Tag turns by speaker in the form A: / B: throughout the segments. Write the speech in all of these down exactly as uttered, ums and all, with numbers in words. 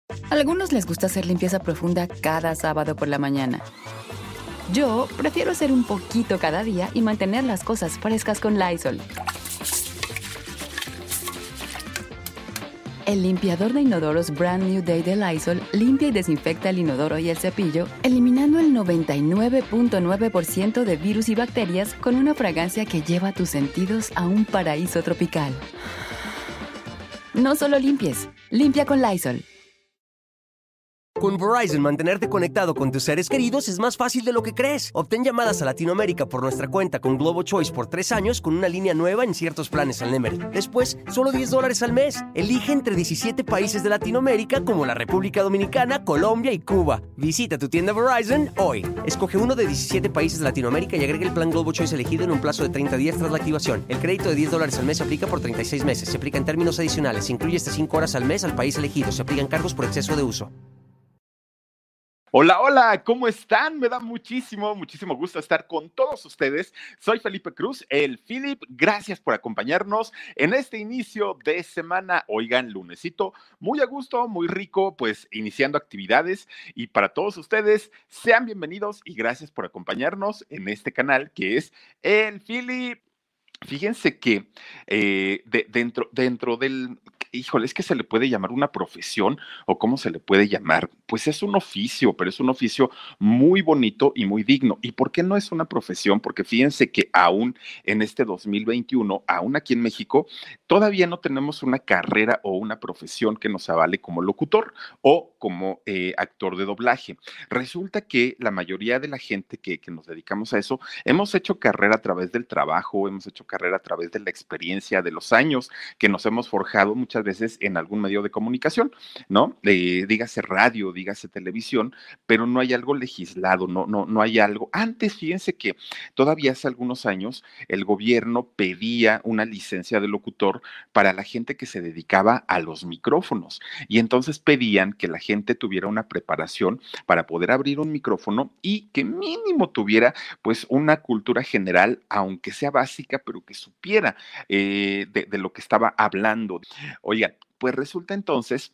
A: A algunos les gusta hacer limpieza profunda cada sábado por la mañana. Yo prefiero hacer un poquito cada día y mantener las cosas frescas con Lysol. El limpiador de inodoros Brand New Day de Lysol limpia y desinfecta el inodoro y el cepillo, eliminando el noventa y nueve punto nueve por ciento de virus y bacterias con una fragancia que lleva tus sentidos a un paraíso tropical. No solo limpies, limpia con Lysol.
B: Con Verizon, mantenerte conectado con tus seres queridos es más fácil de lo que crees. Obtén llamadas a Latinoamérica por nuestra cuenta con Globo Choice por tres años con una línea nueva en ciertos planes al Nemery. Después, solo diez dólares al mes. Elige entre diecisiete países de Latinoamérica como la República Dominicana, Colombia y Cuba. Visita tu tienda Verizon hoy. Escoge uno de diecisiete países de Latinoamérica y agrega el plan Globo Choice elegido en un plazo de treinta días tras la activación. El crédito de diez dólares al mes se aplica por treinta y seis meses. Se aplica en términos adicionales. Se incluye hasta cinco horas al mes al país elegido. Se aplican cargos por exceso de uso.
C: Hola, hola, ¿cómo están? Me da muchísimo, muchísimo gusto estar con todos ustedes. Soy Felipe Cruz, el Philip. Gracias por acompañarnos en este inicio de semana. Oigan, lunesito, muy a gusto, muy rico, pues iniciando actividades. Y para todos ustedes, sean bienvenidos y gracias por acompañarnos en este canal que es el Philip. Fíjense que eh, de- dentro, dentro del, híjole, es que se le puede llamar una profesión o cómo se le puede llamar, pues es un oficio, pero es un oficio muy bonito y muy digno. ¿Y por qué no es una profesión? Porque fíjense que aún en este dos mil veintiuno, aún aquí en México, todavía no tenemos una carrera o una profesión que nos avale como locutor o como eh, actor de doblaje. Resulta que la mayoría de la gente que, que nos dedicamos a eso, hemos hecho carrera a través del trabajo, hemos hecho carrera a través de la experiencia, de los años que nos hemos forjado muchas veces en algún medio de comunicación, ¿no? Eh, dígase radio, dígase televisión, pero no hay algo legislado, no, no, no hay algo. Antes, fíjense que todavía hace algunos años el gobierno pedía una licencia de locutor para la gente que se dedicaba a los micrófonos y entonces pedían que la gente tuviera una preparación para poder abrir un micrófono y que mínimo tuviera pues una cultura general, aunque sea básica, pero que supiera eh, de, de lo que estaba hablando. Oigan, pues resulta entonces.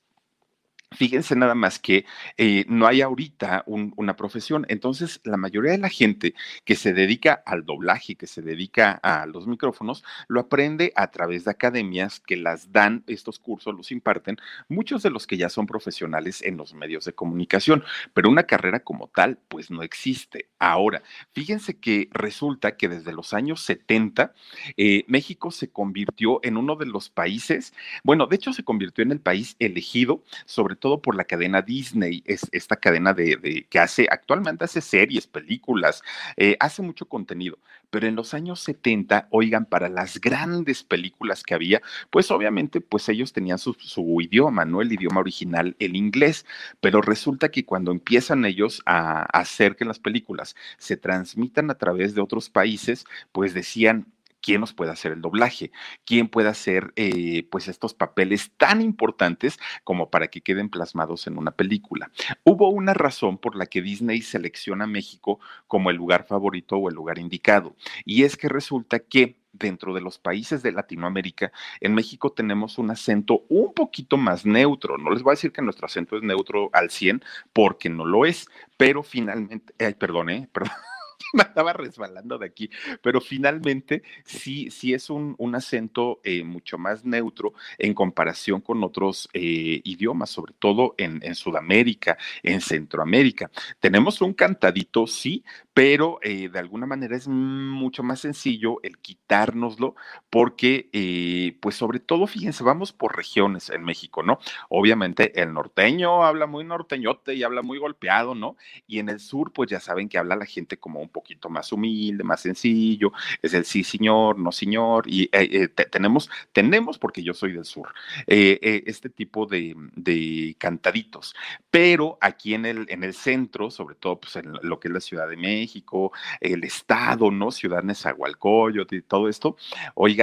C: Fíjense nada más que eh, no hay ahorita un- una profesión. Entonces, la mayoría de la gente que se dedica al doblaje, que se dedica a los micrófonos, lo aprende a través de academias que las dan, estos cursos los imparten muchos de los que ya son profesionales en los medios de comunicación, pero una carrera como tal, pues no existe. Ahora, fíjense que resulta que desde los años setenta, eh, México se convirtió en uno de los países, bueno, de hecho se convirtió en el país elegido sobre todo por la cadena Disney, es esta cadena de, de que hace, actualmente hace series, películas, eh, hace mucho contenido, pero en los años setenta, oigan, para las grandes películas que había, pues obviamente, pues ellos tenían su, su idioma, ¿no? El idioma original, el inglés, pero resulta que cuando empiezan ellos a, a hacer que las películas se transmitan a través de otros países, pues decían, ¿quién nos puede hacer el doblaje? ¿Quién puede hacer eh, pues estos papeles tan importantes como para que queden plasmados en una película? Hubo una razón por la que Disney selecciona a México como el lugar favorito o el lugar indicado, y es que resulta que dentro de los países de Latinoamérica, en México tenemos un acento un poquito más neutro. No les voy a decir que nuestro acento es neutro al cien, porque no lo es, pero finalmente, ay, perdón, eh, perdón, me estaba resbalando de aquí, pero finalmente sí, sí es un, un acento eh, mucho más neutro en comparación con otros eh, idiomas, sobre todo en, en Sudamérica, en Centroamérica. Tenemos un cantadito, sí, pero eh, de alguna manera es mucho más sencillo el quitárnoslo porque, eh, pues sobre todo, fíjense, vamos por regiones en México, ¿no? Obviamente el norteño habla muy norteñote y habla muy golpeado, ¿no? Y en el sur, pues ya saben que habla la gente como un poquito más humilde, más sencillo, es el sí señor, no señor, y eh, eh, te- tenemos, tenemos, porque yo soy del sur, eh, eh, este tipo de, de cantaditos. Pero aquí en el, en el centro, sobre todo pues en lo que es la Ciudad de México, el estado, ¿no? Ciudad Nezahualcóyotl y todo esto, oigan,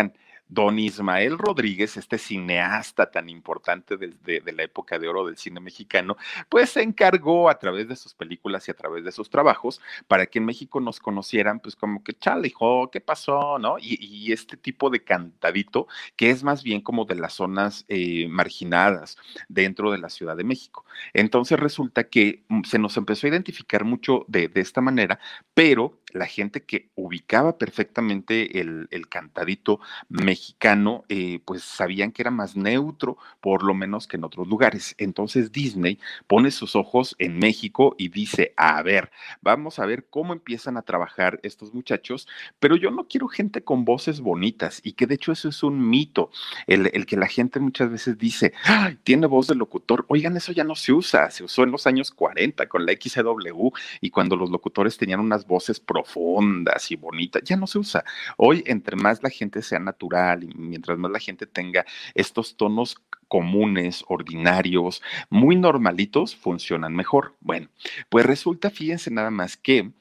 C: don Ismael Rodríguez, este cineasta tan importante de, de, de la época de oro del cine mexicano, pues se encargó a través de sus películas y a través de sus trabajos para que en México nos conocieran, pues como que, chale, hijo, ¿qué pasó? ¿No? Y, y este tipo de cantadito, que es más bien como de las zonas eh, marginadas dentro de la Ciudad de México. Entonces resulta que mm, se nos empezó a identificar mucho de, de esta manera, pero la gente que ubicaba perfectamente el, el cantadito mexicano, eh, pues sabían que era más neutro, por lo menos que en otros lugares. Entonces Disney pone sus ojos en México y dice, a ver, vamos a ver cómo empiezan a trabajar estos muchachos, pero yo no quiero gente con voces bonitas, y que de hecho eso es un mito, el, el que la gente muchas veces dice, ay, tiene voz de locutor. Oigan, eso ya no se usa, se usó en los años cuarenta con la X C W y cuando los locutores tenían unas voces profundas y bonitas, ya no se usa. Hoy, entre más la gente sea natural y mientras más la gente tenga estos tonos comunes, ordinarios, muy normalitos, funcionan mejor. Bueno, pues resulta, fíjense nada más que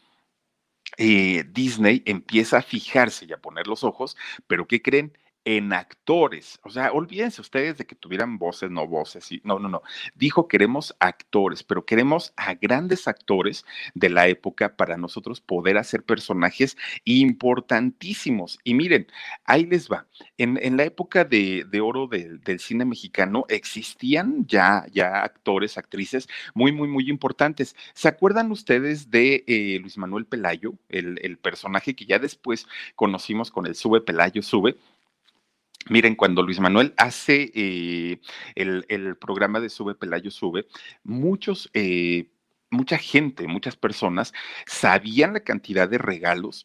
C: eh, Disney empieza a fijarse y a poner los ojos, pero ¿qué creen? En actores. O sea, olvídense ustedes de que tuvieran voces, no voces. Y, no, no, no. Dijo, queremos actores, pero queremos a grandes actores de la época para nosotros poder hacer personajes importantísimos. Y miren, ahí les va. En, en la época de, de oro de, del cine mexicano existían ya, ya actores, actrices muy, muy, muy importantes. ¿Se acuerdan ustedes de eh, Luis Manuel Pelayo, el, el personaje que ya después conocimos con el Sube Pelayo Sube? Miren, cuando Luis Manuel hace eh, el, el programa de Sube Pelayo Sube, muchos, eh, mucha gente, muchas personas sabían la cantidad de regalos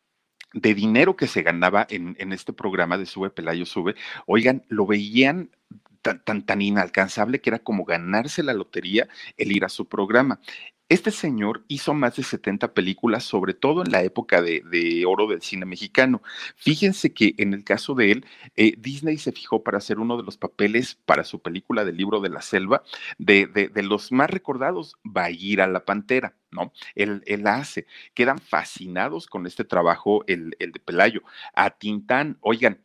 C: de dinero que se ganaba en, en este programa de Sube Pelayo Sube. Oigan, lo veían tan, tan, tan inalcanzable que era como ganarse la lotería el ir a su programa. Este señor hizo más de setenta películas, sobre todo en la época de, de oro del cine mexicano. Fíjense que en el caso de él, eh, Disney se fijó para hacer uno de los papeles para su película del Libro de la Selva, de, de, de los más recordados, Bagheera la Pantera, ¿no? Él, él la hace. Quedan fascinados con este trabajo, el, el de Pelayo. A Tintán, oigan,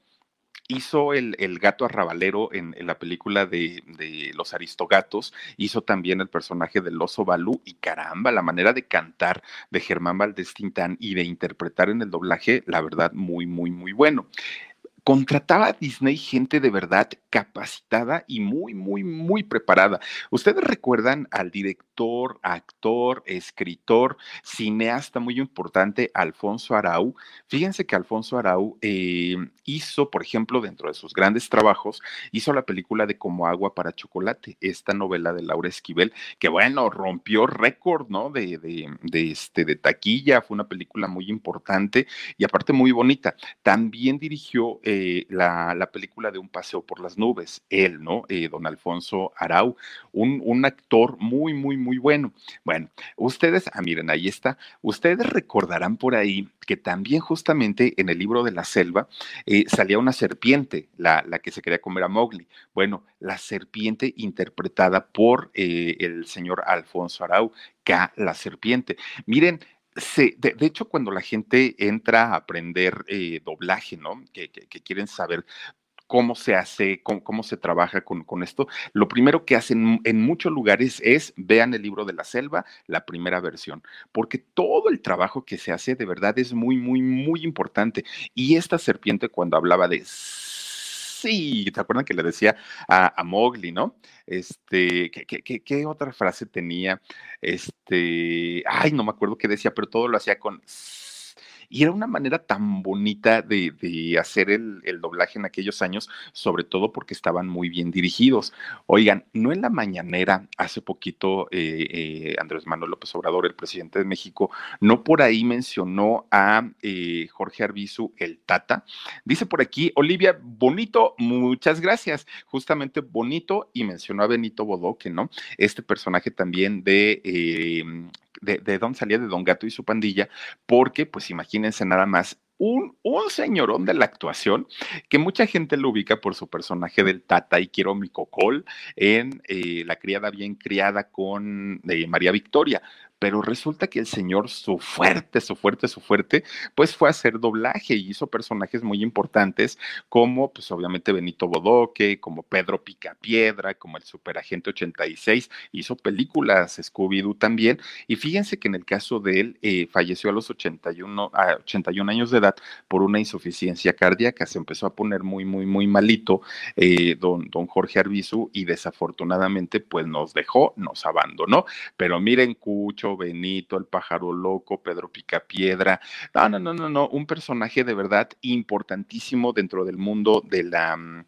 C: hizo el, el gato arrabalero en, en la película de, de Los Aristogatos, hizo también el personaje del oso Balú, y caramba, la manera de cantar de Germán Valdés Tintán y de interpretar en el doblaje, la verdad, muy, muy, muy bueno. Contrataba a Disney gente de verdad capacitada y muy, muy, muy preparada. ¿Ustedes recuerdan al director, actor, escritor, cineasta muy importante, Alfonso Arau? Fíjense que Alfonso Arau eh, hizo, por ejemplo, dentro de sus grandes trabajos, hizo la película de Como agua para chocolate, esta novela de Laura Esquivel, que bueno, rompió récord, ¿no? De, de, de, este, de taquilla, fue una película muy importante y aparte muy bonita. También dirigió eh, la, la, película de Un paseo por las nubes, él, ¿no? Eh, don Alfonso Arau, un, un actor muy, muy, muy bueno. Bueno, ustedes, ah, miren, ahí está, ustedes recordarán por ahí que también justamente en el Libro de la Selva eh, salía una serpiente, la, la que se quería comer a Mowgli. Bueno, la serpiente interpretada por eh, el señor Alfonso Arau, K, la serpiente. Miren, sí, de, de, hecho, cuando la gente entra a aprender eh, doblaje, ¿no? Que, que, que, quieren saber cómo se hace, cómo, cómo se trabaja con, con, esto, lo primero que hacen en muchos lugares es vean el Libro de la Selva, la primera versión, porque todo el trabajo que se hace de verdad es muy, muy, muy importante. Y esta serpiente, cuando hablaba de sí, ¿te acuerdan que le decía a, a Mowgli, no? Este, ¿qué, qué, qué, ¿qué otra frase tenía? Este, ay, no me acuerdo qué decía, pero todo lo hacía con y era una manera tan bonita de, de hacer el, el doblaje en aquellos años, sobre todo porque estaban muy bien dirigidos. Oigan, no en la mañanera, hace poquito eh, eh, Andrés Manuel López Obrador, el presidente de México, no por ahí mencionó a eh, Jorge Arbizu, el Tata. Dice por aquí, Olivia, bonito, muchas gracias. Justamente bonito, y mencionó a Benito Bodoque, ¿no? Este personaje también de... Eh, de, de Don salía de Don Gato y su pandilla, porque pues imagínense nada más un, un señorón de la actuación que mucha gente lo ubica por su personaje del Tata y Quiero mi Cocol en eh, La criada bien criada con eh, María Victoria, pero resulta que el señor, su fuerte, su fuerte, su fuerte, pues fue a hacer doblaje y hizo personajes muy importantes como, pues obviamente Benito Bodoque, como Pedro Picapiedra, como el Superagente ochenta y seis, hizo películas, Scooby-Doo también, y fíjense que en el caso de él, eh, falleció a los ochenta y uno, a ochenta y un años de edad por una insuficiencia cardíaca, se empezó a poner muy, muy, muy malito eh, don, don Jorge Arbizu y desafortunadamente pues nos dejó, nos abandonó, pero miren Cucho, Benito, el pájaro loco, Pedro Picapiedra, no, no, no, no, no, un personaje de verdad importantísimo dentro del mundo de la, mm,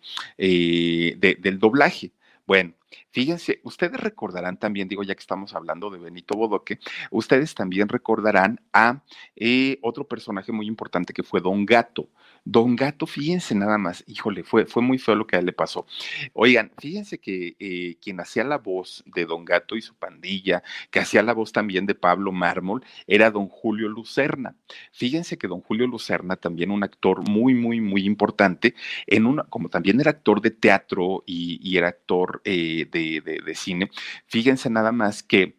C: eh, de, del doblaje. Bueno, fíjense, ustedes recordarán también, digo, ya que estamos hablando de Benito Bodoque, ustedes también recordarán a eh, otro personaje muy importante que fue Don Gato. Don Gato, fíjense nada más, híjole, fue, fue muy feo lo que a él le pasó. Oigan, fíjense que eh, quien hacía la voz de Don Gato y su pandilla, que hacía la voz también de Pablo Mármol, era don Julio Lucerna. Fíjense que don Julio Lucerna, también un actor muy, muy, muy importante, en una, como también era actor de teatro y, y era actor eh, de, de, de cine, fíjense nada más que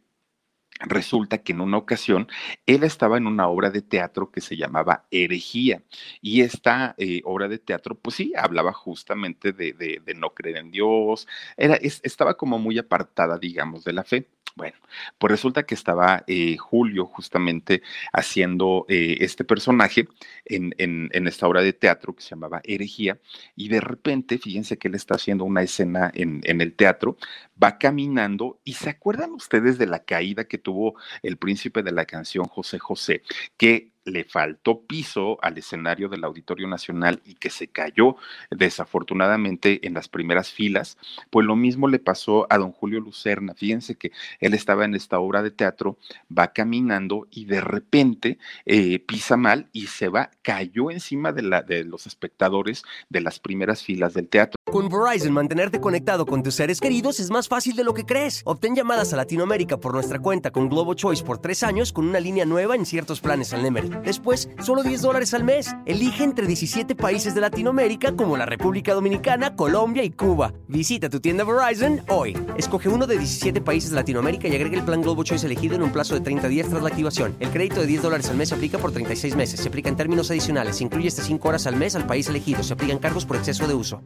C: resulta que en una ocasión él estaba en una obra de teatro que se llamaba Herejía y esta eh, obra de teatro pues sí, hablaba justamente de, de, de no creer en Dios, era, es, estaba como muy apartada digamos de la fe. Bueno, pues resulta que estaba eh, Julio justamente haciendo eh, este personaje en, en, en esta obra de teatro que se llamaba Herejía y de repente, fíjense que él está haciendo una escena en, en el teatro, va caminando y ¿se acuerdan ustedes de la caída que tuvo el príncipe de la canción José José? Que le faltó piso al escenario del Auditorio Nacional y que se cayó desafortunadamente en las primeras filas, pues lo mismo le pasó a don Julio Lucerna. Fíjense que él estaba en esta obra de teatro, va caminando y de repente eh, pisa mal y se va, cayó encima de, la, de los espectadores de las primeras filas del teatro.
B: Con Verizon, mantenerte conectado con tus seres queridos es más fácil de lo que crees. Obtén llamadas a Latinoamérica por nuestra cuenta con Globo Choice por tres años con una línea nueva en ciertos planes al Nemery. Después, solo diez dólares al mes. Elige entre diecisiete países de Latinoamérica como la República Dominicana, Colombia y Cuba. Visita tu tienda Verizon hoy. Escoge uno de diecisiete países de Latinoamérica y agrega el plan Globo Choice elegido en un plazo de treinta días tras la activación. El crédito de diez dólares al mes se aplica por treinta y seis meses. Se aplica en términos adicionales. Se incluye hasta cinco horas al mes al país elegido. Se aplican cargos por exceso de uso.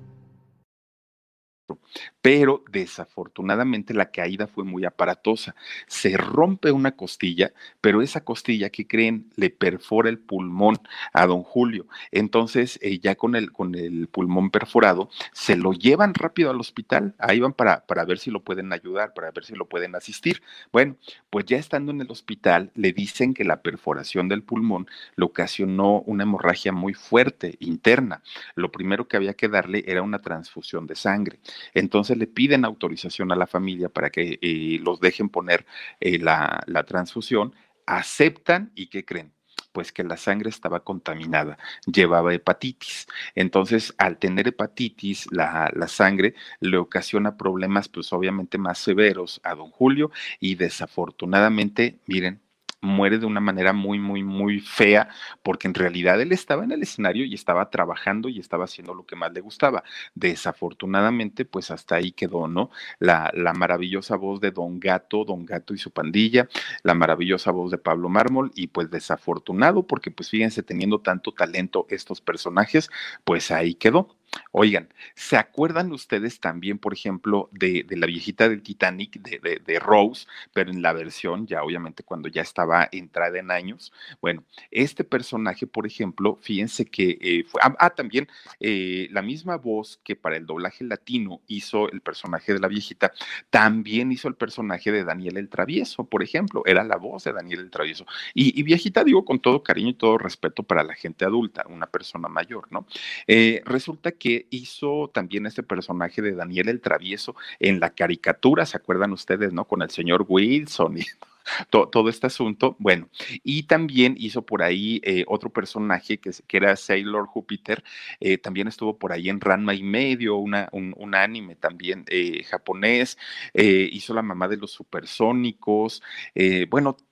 C: Pero desafortunadamente la caída fue muy aparatosa. Se rompe una costilla, pero esa costilla, ¿qué creen? Le perfora el pulmón a don Julio. Entonces, eh, ya con el, con el pulmón perforado, se lo llevan rápido al hospital. Ahí van para, para ver si lo pueden ayudar, para ver si lo pueden asistir. Bueno, pues ya estando en el hospital, le dicen que la perforación del pulmón le ocasionó una hemorragia muy fuerte, interna. Lo primero que había que darle era una transfusión de sangre. Entonces le piden autorización a la familia para que eh, los dejen poner eh, la, la transfusión, aceptan y ¿qué creen? Pues que la sangre estaba contaminada, llevaba hepatitis. Entonces, al tener hepatitis, la, la sangre le ocasiona problemas, pues obviamente más severos a don Julio y desafortunadamente, miren, muere de una manera muy, muy, muy fea, porque en realidad él estaba en el escenario y estaba trabajando y estaba haciendo lo que más le gustaba. Desafortunadamente, pues hasta ahí quedó, ¿no? La, la maravillosa voz de Don Gato, Don Gato y su pandilla, la maravillosa voz de Pablo Mármol, y pues desafortunado, porque pues fíjense, teniendo tanto talento estos personajes, pues ahí quedó. Oigan, ¿se acuerdan ustedes también, por ejemplo, de, de la viejita del Titanic, de, de, de Rose, pero en la versión ya obviamente cuando ya estaba entrada en años? Bueno, este personaje, por ejemplo, fíjense que eh, fue, ah, ah, también eh, la misma voz que para el doblaje latino hizo el personaje de la viejita, también hizo el personaje de Daniel el Travieso, por ejemplo, era la voz de Daniel el Travieso. Y, y viejita digo con todo cariño y todo respeto para la gente adulta, una persona mayor, ¿no? Eh, resulta que que hizo también este personaje de Daniel el Travieso en la caricatura, ¿se acuerdan ustedes, no? Con el señor Wilson y todo, todo este asunto. Bueno, y también hizo por ahí eh, otro personaje que, que era Sailor Júpiter, eh, también estuvo por ahí en Ranma y Medio, una, un, un anime también eh, japonés, eh, hizo la mamá de los supersónicos, eh, bueno,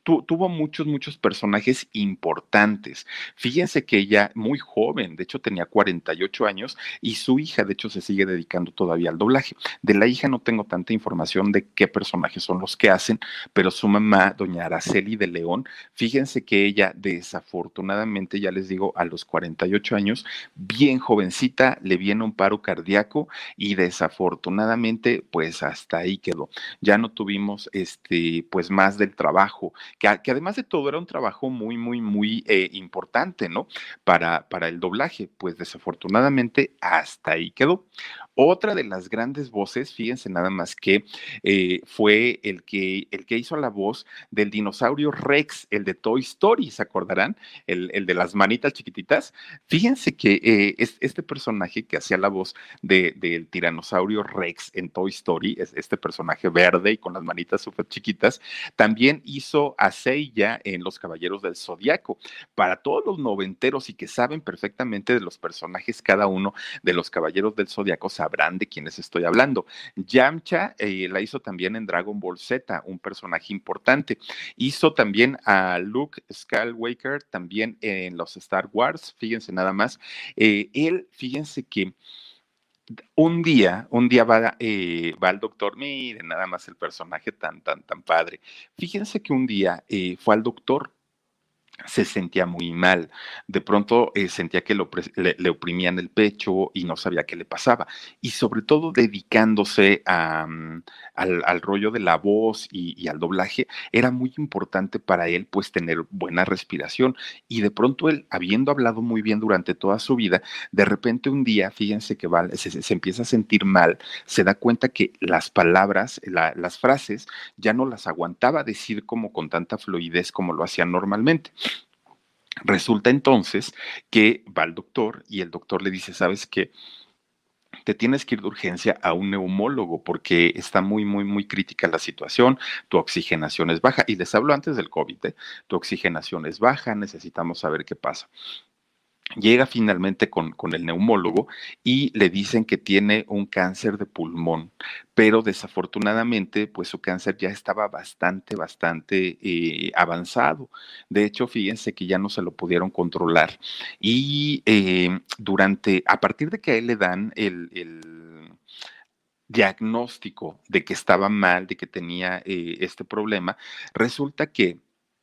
C: tu, tuvo muchos, muchos personajes importantes. Fíjense que ella, muy joven, de hecho tenía cuarenta y ocho años, y su hija, de hecho, se sigue dedicando todavía al doblaje. De la hija no tengo tanta información de qué personajes son los que hacen, pero su mamá, doña Araceli de León, fíjense que ella, desafortunadamente, ya les digo, a los cuarenta y ocho años, bien jovencita, le viene un paro cardíaco y desafortunadamente, pues hasta ahí quedó. Ya no tuvimos, este, pues más del trabajo, que, que además de todo era un trabajo muy, muy, muy eh, importante, ¿no? Para, para el doblaje, pues desafortunadamente hasta ahí quedó. Otra de las grandes voces, fíjense nada más que eh, fue el que, el que hizo la voz del dinosaurio Rex, el de Toy Story, ¿se acordarán? El, el de las manitas chiquititas. Fíjense que eh, es, este personaje que hacía la voz de, del tiranosaurio Rex en Toy Story, es este personaje verde y con las manitas súper chiquitas, también hizo a Seiya en Los Caballeros del Zodiaco. Para todos los noventeros y que saben perfectamente de los personajes, cada uno de los Caballeros del Zodiaco sabrán de quiénes estoy hablando. Yamcha eh, la hizo también en Dragon Ball Z, un personaje importante. Hizo también a Luke Skywalker también en los Star Wars, fíjense nada más. Eh, él, fíjense que un día, un día va, eh, va al doctor, miren nada más el personaje tan, tan, tan padre. Fíjense que un día eh, fue al doctor, se sentía muy mal. De pronto eh, sentía que lo, le, le, oprimían el pecho y no sabía qué le pasaba. Y sobre todo dedicándose a, um, al, al, rollo de la voz y, y al doblaje, era muy importante para él pues tener buena respiración. Y de pronto él, habiendo hablado muy bien durante toda su vida, de repente un día, fíjense que va, se, se empieza a sentir mal, se da cuenta que las palabras, la, las frases, ya no las aguantaba decir como con tanta fluidez como lo hacía normalmente. Resulta entonces que va al doctor y el doctor le dice, ¿sabes qué? Te tienes que ir de urgencia a un neumólogo porque está muy, muy, muy crítica la situación, tu oxigenación es baja. Y les hablo antes del COVID, ¿eh? Tu oxigenación es baja, necesitamos saber qué pasa. Llega finalmente con, con el neumólogo y le dicen que tiene un cáncer de pulmón, pero desafortunadamente, pues su cáncer ya estaba bastante, bastante eh, avanzado. De hecho, fíjense que ya no se lo pudieron controlar. Y eh, durante, a partir de que a él le dan el, el diagnóstico de que estaba mal, de que tenía eh, este problema, resulta que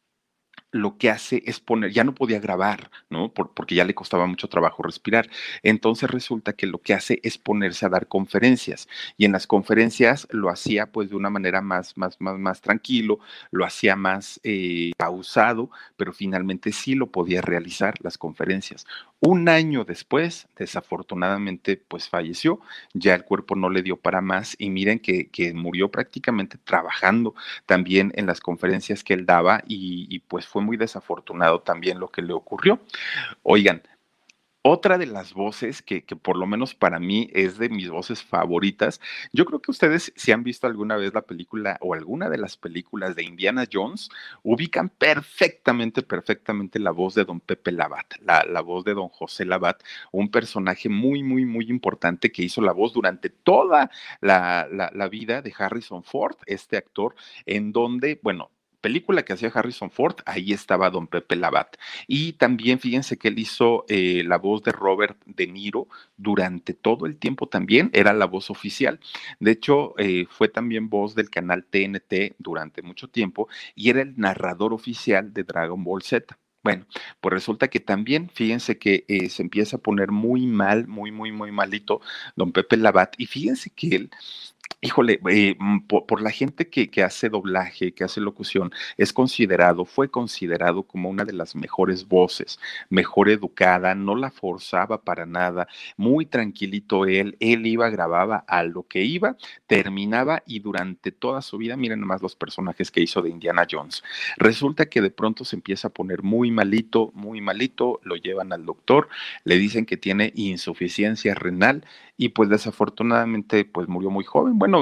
C: lo que hace es poner, ya no podía grabar, ¿no? Por, porque ya le costaba mucho trabajo respirar. Entonces resulta que lo que hace es ponerse a dar conferencias y en las conferencias lo hacía pues de una manera más, más, más, más tranquilo, lo hacía más eh, pausado, pero finalmente sí lo podía realizar las conferencias. Un año después, desafortunadamente, pues falleció, ya el cuerpo no le dio para más y miren que, que murió prácticamente trabajando también en las conferencias que él daba y, y pues fue muy desafortunado también lo que le ocurrió. Oigan, otra de las voces que, que por lo menos para mí es de mis voces favoritas, yo creo que ustedes si han visto alguna vez la película o alguna de las películas de Indiana Jones, ubican perfectamente, perfectamente la voz de don Pepe Labat, la, la voz de don José Labat, un personaje muy, muy, muy importante que hizo la voz durante toda la, la, la vida de Harrison Ford, este actor, en donde, bueno, película que hacía Harrison Ford, ahí estaba don Pepe Labat. Y también fíjense que él hizo eh, la voz de Robert De Niro durante todo el tiempo también, era la voz oficial. De hecho, eh, fue también voz del canal T N T durante mucho tiempo y era el narrador oficial de Dragon Ball Z. Bueno, pues resulta que también, fíjense que eh, se empieza a poner muy mal, muy, muy, muy malito don Pepe Labat. Y fíjense que él híjole, eh, mm, por, por, la gente que, que hace doblaje, que hace locución, es considerado, fue considerado como una de las mejores voces, mejor educada, no la forzaba para nada, muy tranquilito él, él iba, grababa a lo que iba, terminaba y durante toda su vida, miren nomás los personajes que hizo de Indiana Jones. Resulta que de pronto se empieza a poner muy malito, muy malito, lo llevan al doctor, le dicen que tiene insuficiencia renal y pues desafortunadamente pues murió muy joven. Bueno,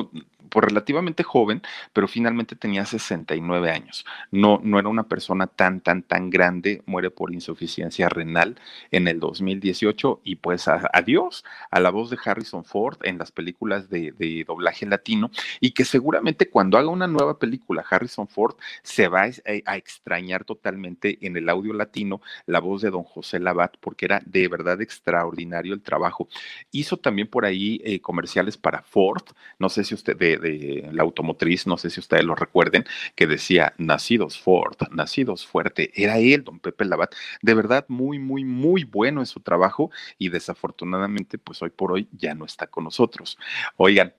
C: pues relativamente joven, pero finalmente tenía sesenta y nueve años. No, no era una persona tan, tan, tan grande, muere por insuficiencia renal en el dos mil dieciocho y pues a- adiós a la voz de Harrison Ford en las películas de, de doblaje latino y que seguramente cuando haga una nueva película Harrison Ford se va a, a extrañar totalmente en el audio latino la voz de don José Labat porque era de verdad extraordinario el trabajo. Hizo también por ahí eh, comerciales para Ford, no sé si usted, de, de la automotriz, no sé si ustedes lo recuerden, que decía, nacidos Ford, nacidos fuerte, era él, don Pepe Labat, de verdad muy, muy, muy bueno en su trabajo y desafortunadamente, pues hoy por hoy ya no está con nosotros. Oigan,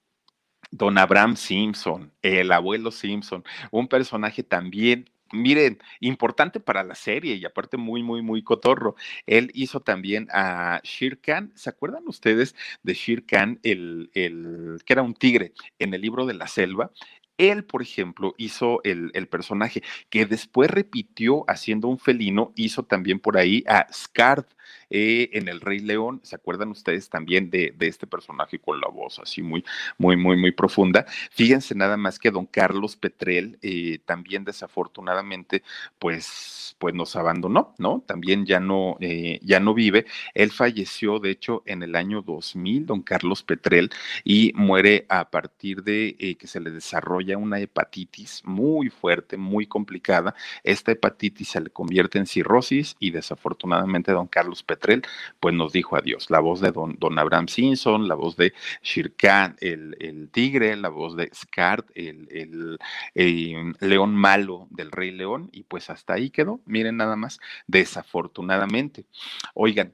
C: don Abraham Simpson, el abuelo Simpson, un personaje también, miren, importante para la serie y aparte muy, muy, muy cotorro. Él hizo también a Shere Khan. ¿Se acuerdan ustedes de Shere Khan, el, el, que era un tigre en el libro de la selva? Él, por ejemplo, hizo el, el personaje que después repitió haciendo un felino, hizo también por ahí a Scar eh, en El Rey León. ¿Se acuerdan ustedes también de, de este personaje con la voz así muy muy, muy, muy profunda? Fíjense nada más que don Carlos Petrel eh, también desafortunadamente pues, pues nos abandonó, ¿no? También ya no, eh, ya no vive. Él falleció, de hecho, en el año dos mil, don Carlos Petrel, y muere a partir de eh, que se le desarrolla una hepatitis muy fuerte, muy complicada. Esta hepatitis se le convierte en cirrosis y desafortunadamente don Carlos Petrel pues nos dijo adiós. La voz de don, don Abraham Simpson, la voz de Shere Khan, el, el tigre, la voz de Scar, el, el eh, león malo del Rey León, y pues hasta ahí quedó, miren nada más, desafortunadamente. Oigan,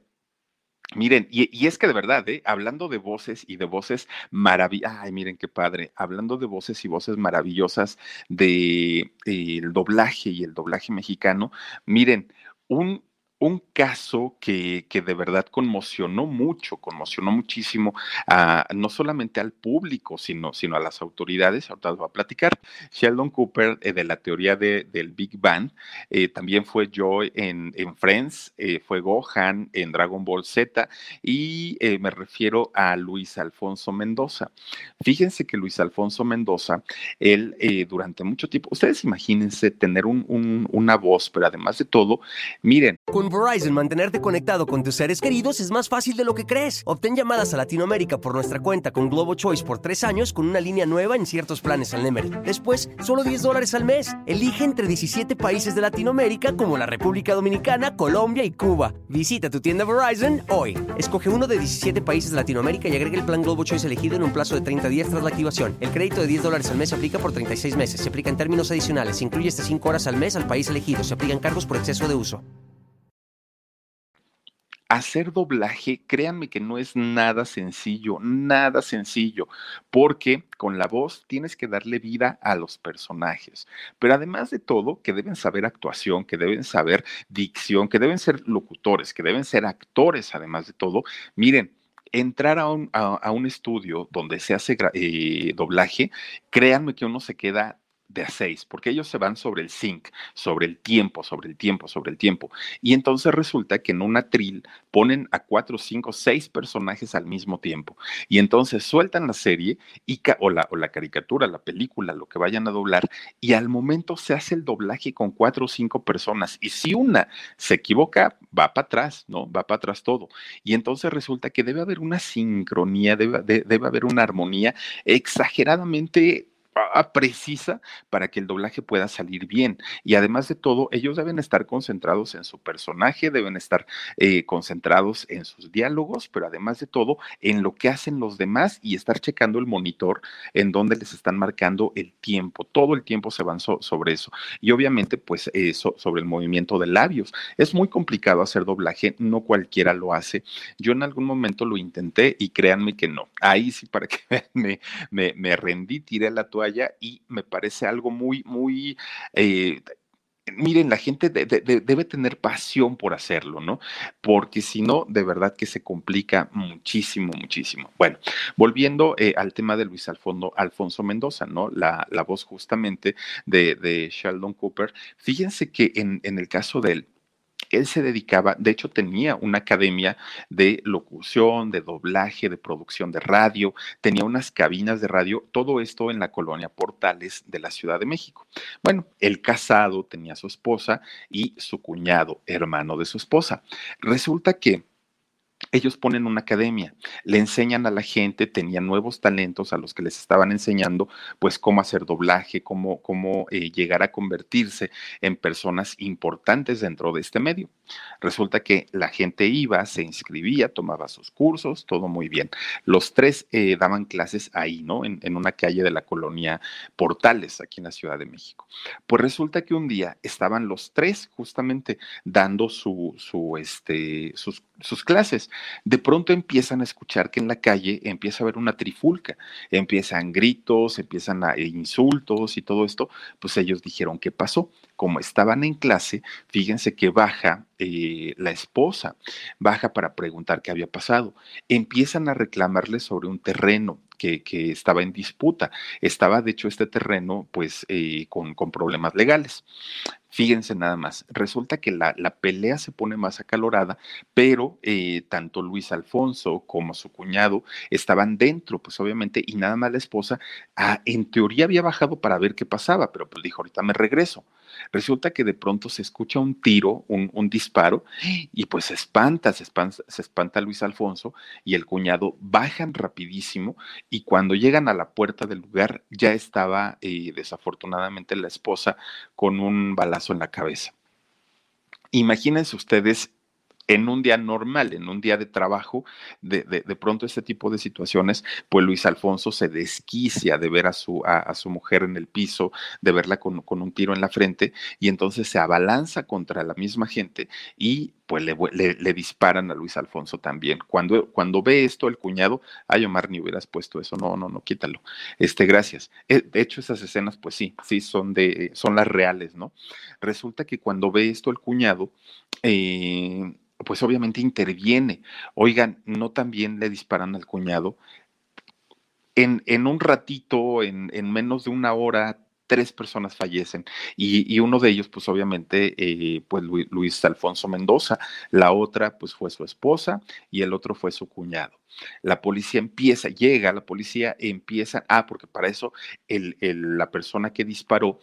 C: miren, y, y es que de verdad, ¿eh? Hablando de voces y de voces maravillosas, ay, miren qué padre, hablando de voces y voces maravillosas de eh, el doblaje y el doblaje mexicano, miren, un, un caso que, que de verdad conmocionó mucho, conmocionó muchísimo a, no solamente al público, sino, sino a las autoridades, ahorita les voy a platicar. Sheldon Cooper eh, de la teoría de, del Big Bang, eh, también fue Joy en, en Friends, eh, fue Gohan en Dragon Ball Z y eh, me refiero a Luis Alfonso Mendoza. Fíjense que Luis Alfonso Mendoza, él eh, durante mucho tiempo, ustedes imagínense tener un, un, una voz, pero además de todo, miren.
B: Con Verizon, mantenerte conectado con tus seres queridos es más fácil de lo que crees. Obtén llamadas a Latinoamérica por nuestra cuenta con Globo Choice por tres años con una línea nueva en ciertos planes al Nemery. Después, solo diez dólares al mes. Elige entre diecisiete países de Latinoamérica como la República Dominicana, Colombia y Cuba. Visita tu tienda Verizon hoy. Escoge uno de diecisiete países de Latinoamérica y agrega el plan Globo Choice elegido en un plazo de treinta días tras la activación. El crédito de diez dólares al mes se aplica por treinta y seis meses. Se aplica en términos adicionales. Se incluye hasta cinco horas al mes al país elegido. Se aplican cargos por exceso de uso.
C: Hacer doblaje, créanme que no es nada sencillo, nada sencillo, porque con la voz tienes que darle vida a los personajes, pero además de todo, que deben saber actuación, que deben saber dicción, que deben ser locutores, que deben ser actores, además de todo. Miren, entrar a un, a, a un estudio donde se hace eh, doblaje, créanme que uno se queda de a seis, porque ellos se van sobre el sync, sobre el tiempo, sobre el tiempo, sobre el tiempo. Y entonces resulta que en un atril ponen a cuatro, cinco, seis personajes al mismo tiempo. Y entonces sueltan la serie y o, la, o la caricatura, la película, lo que vayan a doblar, y al momento se hace el doblaje con cuatro o cinco personas. Y si una se equivoca, va para atrás, ¿no? Va para atrás todo. Y entonces resulta que debe haber una sincronía, debe, de, debe haber una armonía exageradamente precisa para que el doblaje pueda salir bien. Y además de todo, ellos deben estar concentrados en su personaje, deben estar eh, concentrados en sus diálogos, pero además de todo, en lo que hacen los demás y estar checando el monitor en donde les están marcando el tiempo. Todo el tiempo se van so sobre eso. Y obviamente, pues, eh, so sobre el movimiento de labios. Es muy complicado hacer doblaje, no cualquiera lo hace. Yo en algún momento lo intenté y créanme que no. Ahí sí, para que vean, me, me, me rendí, tiré la toalla y me parece algo muy, muy... Eh, miren, la gente de, de, de, debe tener pasión por hacerlo, ¿no? Porque si no, de verdad que se complica muchísimo, muchísimo. Bueno, volviendo eh, al tema de Luis Alfonso, Alfonso Mendoza, ¿no? La, la voz justamente de, de Sheldon Cooper. Fíjense que en, en el caso de él, Él se dedicaba, de hecho tenía una academia de locución, de doblaje, de producción de radio, tenía unas cabinas de radio, todo esto en la colonia Portales de la Ciudad de México. Bueno, él casado, tenía a su esposa y su cuñado, hermano de su esposa. Resulta que ellos ponen una academia, le enseñan a la gente, tenían nuevos talentos a los que les estaban enseñando, pues cómo hacer doblaje, cómo, cómo eh, llegar a convertirse en personas importantes dentro de este medio. Resulta que la gente iba, se inscribía, tomaba sus cursos, todo muy bien. Los tres eh, daban clases ahí, ¿no? En, en una calle de la colonia Portales, aquí en la Ciudad de México. Pues resulta que un día estaban los tres justamente dando su, su, este, sus, sus clases. De pronto empiezan a escuchar que en la calle empieza a haber una trifulca, empiezan gritos, empiezan a, e insultos y todo esto, pues ellos dijeron, ¿qué pasó? Como estaban en clase, fíjense que baja eh, la esposa, baja para preguntar qué había pasado. Empiezan a reclamarle sobre un terreno que, que estaba en disputa. Estaba, de hecho, este terreno, pues, eh, con, con problemas legales. Fíjense nada más, resulta que la, la pelea se pone más acalorada, pero eh, tanto Luis Alfonso como su cuñado estaban dentro, pues obviamente, y nada más la esposa, ah, en teoría había bajado para ver qué pasaba, pero pues dijo, ahorita me regreso. Resulta que de pronto se escucha un tiro, un, un disparo, y pues se espanta, se espanta, se espanta Luis Alfonso y el cuñado bajan rapidísimo y cuando llegan a la puerta del lugar ya estaba eh, desafortunadamente la esposa con un balazo en la cabeza. Imagínense ustedes en un día normal, en un día de trabajo, de, de, de pronto este tipo de situaciones, pues Luis Alfonso se desquicia de ver a su, a, a su mujer en el piso, de verla con, con un tiro en la frente, y entonces se abalanza contra la misma gente y pues le, le, le disparan a Luis Alfonso también. Cuando, cuando ve esto el cuñado, ay Omar, ni hubieras puesto eso, no, no, no, quítalo. Este, gracias. Eh, de hecho, esas escenas, pues sí, sí, son de, son las reales, ¿no? Resulta que cuando ve esto el cuñado, eh, pues obviamente interviene. Oigan, no también le disparan al cuñado. En, en un ratito, en, en, menos de una hora, tres personas fallecen y, y uno de ellos, pues obviamente, eh, pues Luis, Luis Alfonso Mendoza, la otra, pues fue su esposa y el otro fue su cuñado. La policía empieza, llega, la policía empieza, ah, porque para eso el, el, la persona que disparó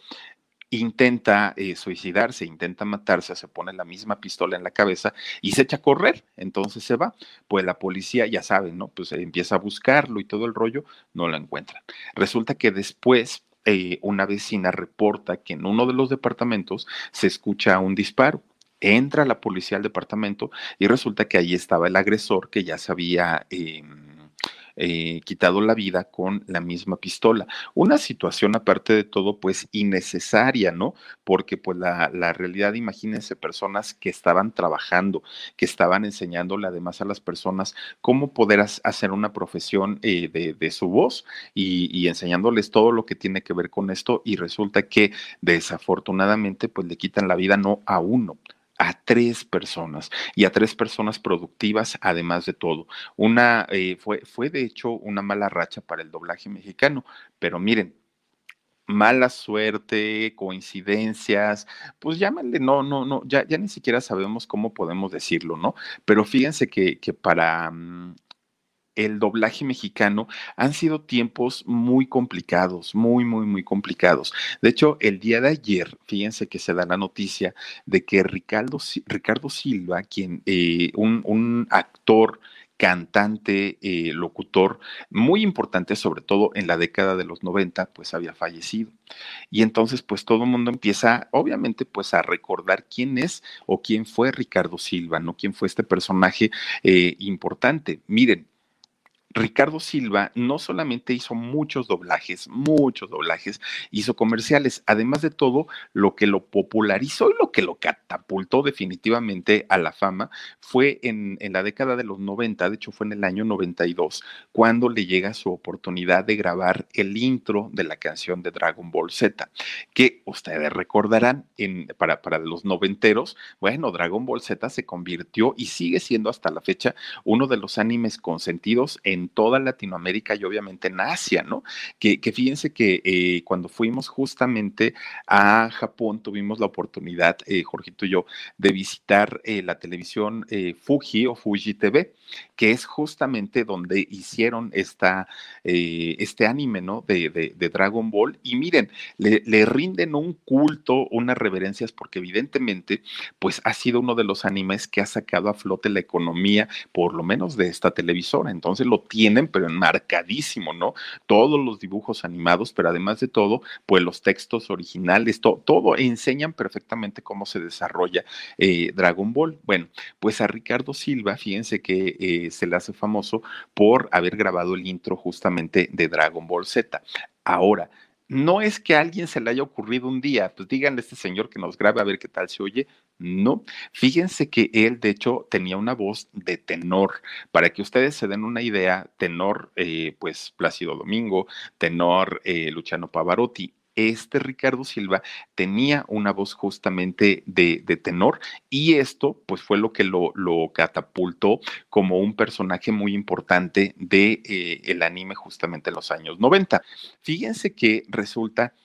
C: intenta eh, suicidarse, intenta matarse, se pone la misma pistola en la cabeza y se echa a correr, entonces se va. Pues la policía, ya saben, ¿no? Pues empieza a buscarlo y todo el rollo, no lo encuentran. Resulta que después eh, una vecina reporta que en uno de los departamentos se escucha un disparo. Entra la policía al departamento y resulta que ahí estaba el agresor que ya se había eh, eh, quitado la vida con la misma pistola. Una situación, aparte de todo, pues innecesaria, ¿no? Porque pues la, la realidad, imagínense, personas que estaban trabajando, que estaban enseñándole además a las personas cómo poder hacer una profesión eh, de, de su voz y, y enseñándoles todo lo que tiene que ver con esto y resulta que desafortunadamente pues le quitan la vida no a uno, a tres personas y a tres personas productivas, además de todo. Una eh, fue, fue de hecho una mala racha para el doblaje mexicano, pero miren, mala suerte, coincidencias, pues llámale, no, no, no, ya, ya ni siquiera sabemos cómo podemos decirlo, ¿no? Pero fíjense que, que para um, el doblaje mexicano han sido tiempos muy complicados, muy, muy, muy complicados. De hecho, el día de ayer, fíjense que se da la noticia de que Ricardo, Ricardo Silva, quien, eh, un, un actor, cantante, eh, locutor, muy importante, sobre todo en la década de los noventa, pues había fallecido. Y entonces, pues todo el mundo empieza, obviamente, pues a recordar quién es o quién fue Ricardo Silva, ¿no? ¿Quién fue este personaje eh, importante? Miren, Ricardo Silva no solamente hizo muchos doblajes, muchos doblajes, hizo comerciales. Además de todo, lo que lo popularizó y lo que lo catapultó definitivamente a la fama fue en, en la década de los noventa, de hecho fue en el año noventa y dos, cuando le llega su oportunidad de grabar el intro de la canción de Dragon Ball Z, que ustedes recordarán en, para, para los noventeros, bueno, Dragon Ball Z se convirtió y sigue siendo hasta la fecha uno de los animes consentidos en en toda Latinoamérica y obviamente en Asia, ¿no? Que, que fíjense que eh, cuando fuimos justamente a Japón, tuvimos la oportunidad, eh, Jorgito y yo, de visitar eh, la televisión eh, Fuji o Fuji T V, que es justamente donde hicieron esta, eh, este anime, ¿no? De, de, de Dragon Ball. Y miren, le, le rinden un culto, unas reverencias, porque evidentemente, pues ha sido uno de los animes que ha sacado a flote la economía, por lo menos de esta televisora. Entonces lo tienen, pero enmarcadísimo, ¿no? Todos los dibujos animados, pero además de todo, pues los textos originales, to todo enseñan perfectamente cómo se desarrolla eh, Dragon Ball. Bueno, pues a Ricardo Silva, fíjense que eh, se le hace famoso por haber grabado el intro justamente de Dragon Ball Z. Ahora, no es que a alguien se le haya ocurrido un día, pues díganle a este señor que nos grabe a ver qué tal se oye. No, fíjense que él de hecho tenía una voz de tenor. Para que ustedes se den una idea, tenor eh, pues Plácido Domingo, tenor eh, Luciano Pavarotti. Este Ricardo Silva tenía una voz justamente de, de tenor y esto pues fue lo que lo, lo catapultó como un personaje muy importante de eh, el anime justamente en los años noventa. Fíjense que resulta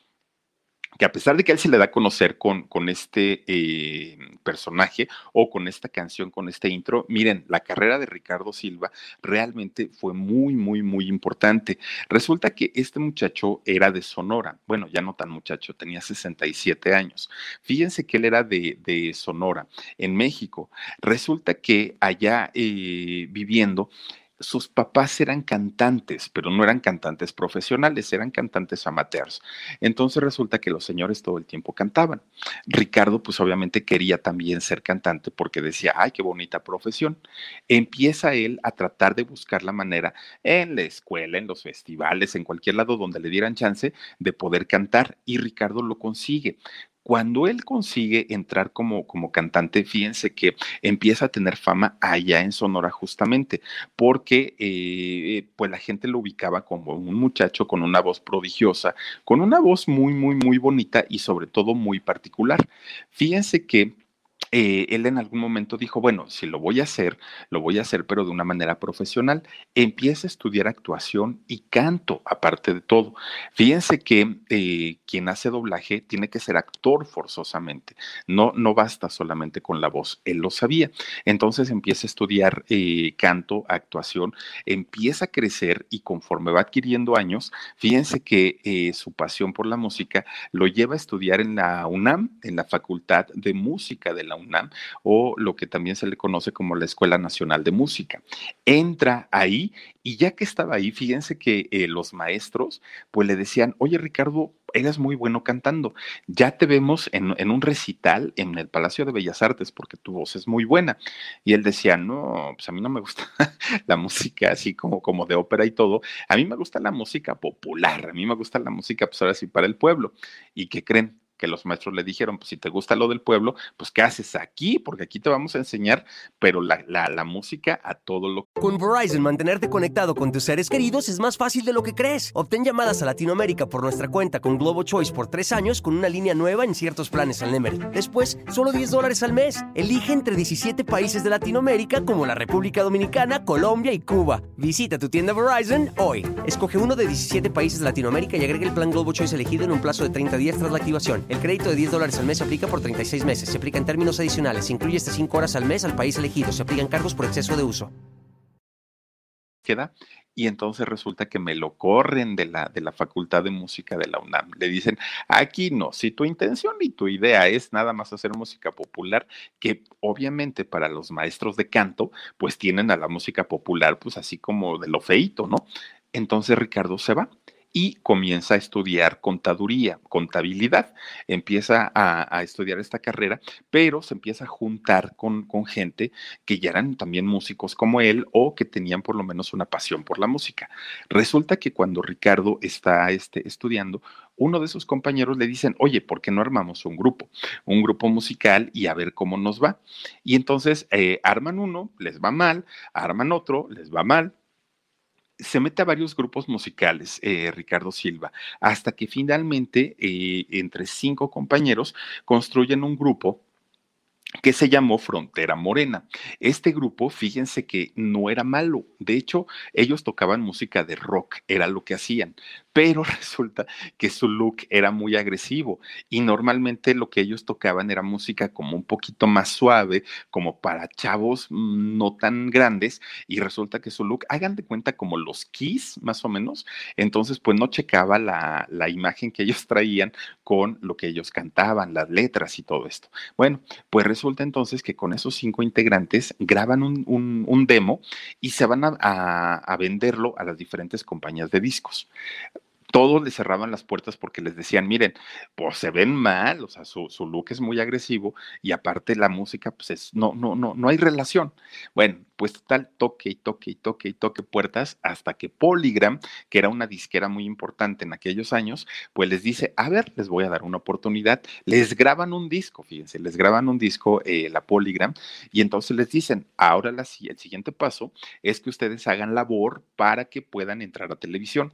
C: que a pesar de que a él se le da a conocer con, con este eh, personaje o con esta canción, con este intro, miren, la carrera de Ricardo Silva realmente fue muy, muy, muy importante. Resulta que este muchacho era de Sonora, bueno, ya no tan muchacho, tenía sesenta y siete años. Fíjense que él era de, de Sonora, en México. Resulta que allá eh, viviendo, sus papás eran cantantes, pero no eran cantantes profesionales, eran cantantes amateurs. Entonces resulta que los señores todo el tiempo cantaban. Ricardo, pues obviamente quería también ser cantante porque decía, ay, qué bonita profesión. Empieza él a tratar de buscar la manera en la escuela, en los festivales, en cualquier lado donde le dieran chance de poder cantar y Ricardo lo consigue. Cuando él consigue entrar como, como cantante, fíjense que empieza a tener fama allá en Sonora justamente, porque eh, pues la gente lo ubicaba como un muchacho con una voz prodigiosa, con una voz muy, muy, muy bonita y sobre todo muy particular. Fíjense que eh, él en algún momento dijo, bueno, si lo voy a hacer, lo voy a hacer, pero de una manera profesional. Empieza a estudiar actuación y canto, aparte de todo. Fíjense que eh, quien hace doblaje tiene que ser actor forzosamente. No, no basta solamente con la voz. Él lo sabía. Entonces empieza a estudiar eh, canto, actuación, empieza a crecer y conforme va adquiriendo años, fíjense que eh, su pasión por la música lo lleva a estudiar en la UNAM, en la Facultad de Música de la UNAM, o lo que también se le conoce como la Escuela Nacional de Música. Entra ahí y ya que estaba ahí, fíjense que eh, los maestros pues le decían, oye Ricardo, eres muy bueno cantando, ya te vemos en, en un recital en el Palacio de Bellas Artes porque tu voz es muy buena. Y él decía, no, pues a mí no me gusta la música así como, como de ópera y todo, a mí me gusta la música popular, a mí me gusta la música pues ahora sí para el pueblo. ¿Y qué creen? Que los maestros le dijeron, pues si te gusta lo del pueblo, pues ¿qué haces aquí? Porque aquí te vamos a enseñar, pero la, la, la música a todo lo que...
B: Con Verizon, mantenerte conectado con tus seres queridos es más fácil de lo que crees. Obtén llamadas a Latinoamérica por nuestra cuenta con Globo Choice por tres años con una línea nueva en ciertos planes al Nemery. Después, solo diez dólares al mes. Elige entre diecisiete países de Latinoamérica como la República Dominicana, Colombia y Cuba. Visita tu tienda Verizon hoy. Escoge uno de diecisiete países de Latinoamérica y agrega el plan Globo Choice elegido en un plazo de treinta días tras la activación. El crédito de diez dólares al mes se aplica por treinta y seis meses. Se aplica en términos adicionales. Se incluye hasta cinco horas al mes al país elegido. Se aplican cargos por exceso de uso.
C: Queda y entonces resulta que me lo corren de la, de la Facultad de Música de la UNAM. Le dicen, aquí no, si tu intención y tu idea es nada más hacer música popular, que obviamente para los maestros de canto, pues tienen a la música popular, pues así como de lo feíto, ¿no? Entonces Ricardo se va y comienza a estudiar contaduría, contabilidad. Empieza a, a estudiar esta carrera, pero se empieza a juntar con, con gente que ya eran también músicos como él o que tenían por lo menos una pasión por la música. Resulta que cuando Ricardo está este, estudiando, uno de sus compañeros le dicen, oye, ¿por qué no armamos un grupo? Un grupo musical y a ver cómo nos va. Y entonces eh, arman uno, les va mal, arman otro, les va mal. Se mete a varios grupos musicales, eh, Ricardo Silva, hasta que finalmente, eh, entre cinco compañeros, construyen un grupo que se llamó Frontera Morena. Este grupo, fíjense que no era malo, de hecho, ellos tocaban música de rock, era lo que hacían, pero resulta que su look era muy agresivo y normalmente lo que ellos tocaban era música como un poquito más suave, como para chavos mm, no tan grandes, y resulta que su look, hagan de cuenta como los Kiss, más o menos, entonces pues no checaba la, la imagen que ellos traían con lo que ellos cantaban, las letras y todo esto. Bueno, pues resulta entonces que con esos cinco integrantes graban un, un, un demo y se van a, a, a venderlo a las diferentes compañías de discos. Todos les cerraban las puertas porque les decían, miren, pues se ven mal, o sea, su, su look es muy agresivo y aparte la música, pues es, no, no, no, no hay relación. Bueno, pues tal, toque y toque y toque y toque puertas hasta que Polygram, que era una disquera muy importante en aquellos años, pues les dice, a ver, les voy a dar una oportunidad. Les graban un disco, fíjense, les graban un disco, eh, la Polygram, y entonces les dicen, ahora la, el siguiente paso es que ustedes hagan labor para que puedan entrar a televisión.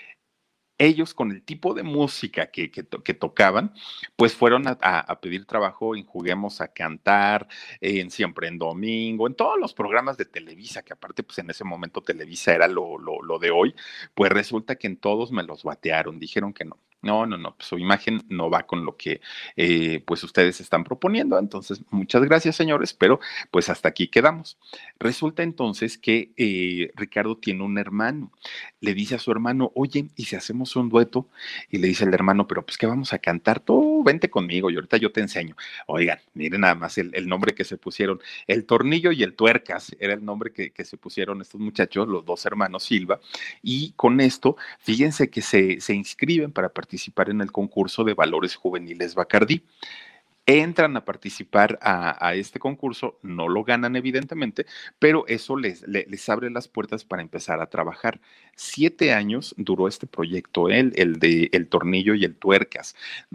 C: Ellos con el tipo de música que, que, to- que tocaban, pues fueron a, a- a pedir trabajo en Juguemos a Cantar, en Siempre en Domingo, en todos los programas de Televisa, que aparte pues en ese momento Televisa era lo, lo, lo de hoy, pues resulta que en todos me los batearon, dijeron que no. No, no, no, pues su imagen no va con lo que eh, pues ustedes están proponiendo. Entonces, muchas gracias, señores, pero pues hasta aquí quedamos. Resulta entonces que eh, Ricardo tiene un hermano, le dice a su hermano, oye, ¿y si hacemos un dueto? Y le dice el hermano, pero pues, ¿qué vamos a cantar? Tú vente conmigo y ahorita yo te enseño. Oigan, miren nada más el, el nombre que se pusieron. El Tornillo y el Tuercas era el nombre que, que se pusieron estos muchachos, los dos hermanos Silva. Y con esto, fíjense que se, se inscriben para participar en el concurso de valores juveniles Bacardí. Entran a participar a, a, este concurso, no lo ganan evidentemente, pero eso les, les, les, abre las puertas para empezar a trabajar. Siete años duró este proyecto, el, el de El Tornillo y el Tuercas.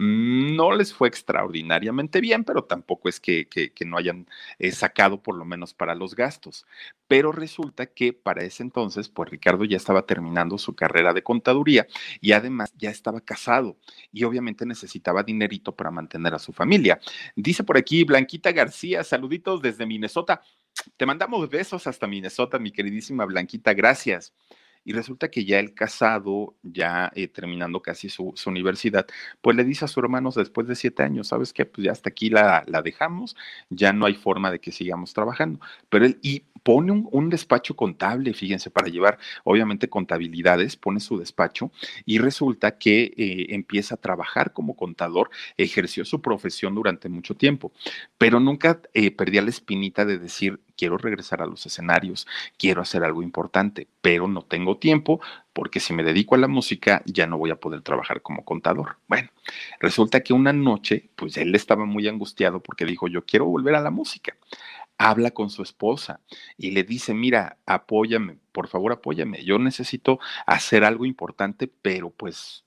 C: No les fue extraordinariamente bien, pero tampoco es que, que, que no hayan eh, sacado por lo menos para los gastos. Pero resulta que para ese entonces, pues Ricardo ya estaba terminando su carrera de contaduría y además ya estaba casado y obviamente necesitaba dinerito para mantener a su familia. Dice por aquí Blanquita García, saluditos desde Minnesota. Te mandamos besos hasta Minnesota, mi queridísima Blanquita, gracias. Y resulta que ya el casado, ya eh, terminando casi su, su, universidad, pues le dice a su hermano después de siete años, ¿sabes qué? Pues ya hasta aquí la, la dejamos, ya no hay forma de que sigamos trabajando. Pero él, y pone un, un despacho contable, fíjense, para llevar, obviamente, contabilidades, pone su despacho y resulta que eh, empieza a trabajar como contador, ejerció su profesión durante mucho tiempo, pero nunca eh, perdía la espinita de decir, quiero regresar a los escenarios, quiero hacer algo importante, pero no tengo tiempo porque si me dedico a la música ya no voy a poder trabajar como contador. Bueno, resulta que una noche, pues él estaba muy angustiado porque dijo, yo quiero volver a la música. Habla con su esposa y le dice, mira, apóyame, por favor apóyame, yo necesito hacer algo importante, pero pues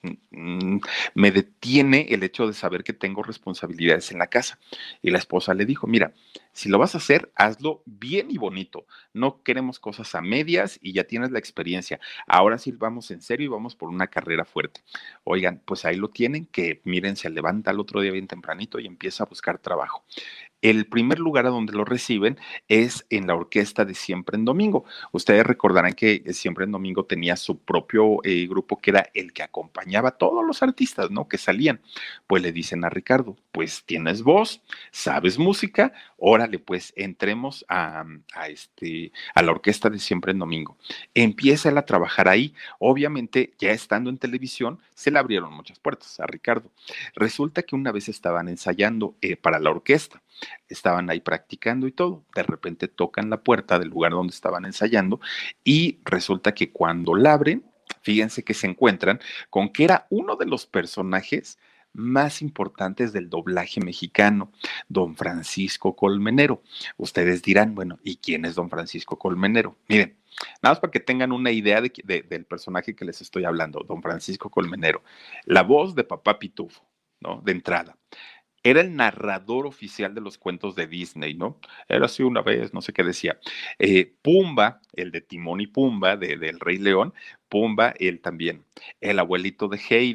C: mm, me detiene el hecho de saber que tengo responsabilidades en la casa. Y la esposa le dijo, mira, si lo vas a hacer, hazlo bien y bonito. No queremos cosas a medias y ya tienes la experiencia. Ahora sí vamos en serio y vamos por una carrera fuerte. Oigan, pues ahí lo tienen, que miren, se levanta el otro día bien tempranito y empieza a buscar trabajo. El primer lugar a donde lo reciben es en la orquesta de Siempre en Domingo. Ustedes recordarán que Siempre en Domingo tenía su propio eh, grupo que era el que acompañaba a todos los artistas, ¿no? Que salían. Pues le dicen a Ricardo, pues tienes voz, sabes música, órale, pues entremos a, a, este, a la orquesta de Siempre en Domingo. Empieza él a trabajar ahí. Obviamente, ya estando en televisión, se le abrieron muchas puertas a Ricardo. Resulta que una vez estaban ensayando eh, para la orquesta. Estaban ahí practicando y todo. De repente tocan la puerta del lugar donde estaban ensayando y resulta que cuando la abren, fíjense que se encuentran con que era uno de los personajes más importantes del doblaje mexicano, don Francisco Colmenero. Ustedes dirán, bueno, ¿y quién es don Francisco Colmenero? Miren, nada más para que tengan una idea de, de, del personaje que les estoy hablando, don Francisco Colmenero, la voz de Papá Pitufo, ¿no? De entrada. Era el narrador oficial de los cuentos de Disney, ¿no? Era así una vez, no sé qué decía. Eh, Pumba, el de Timón y Pumba, de, del Rey León, Pumba, él también. El abuelito de Heidi.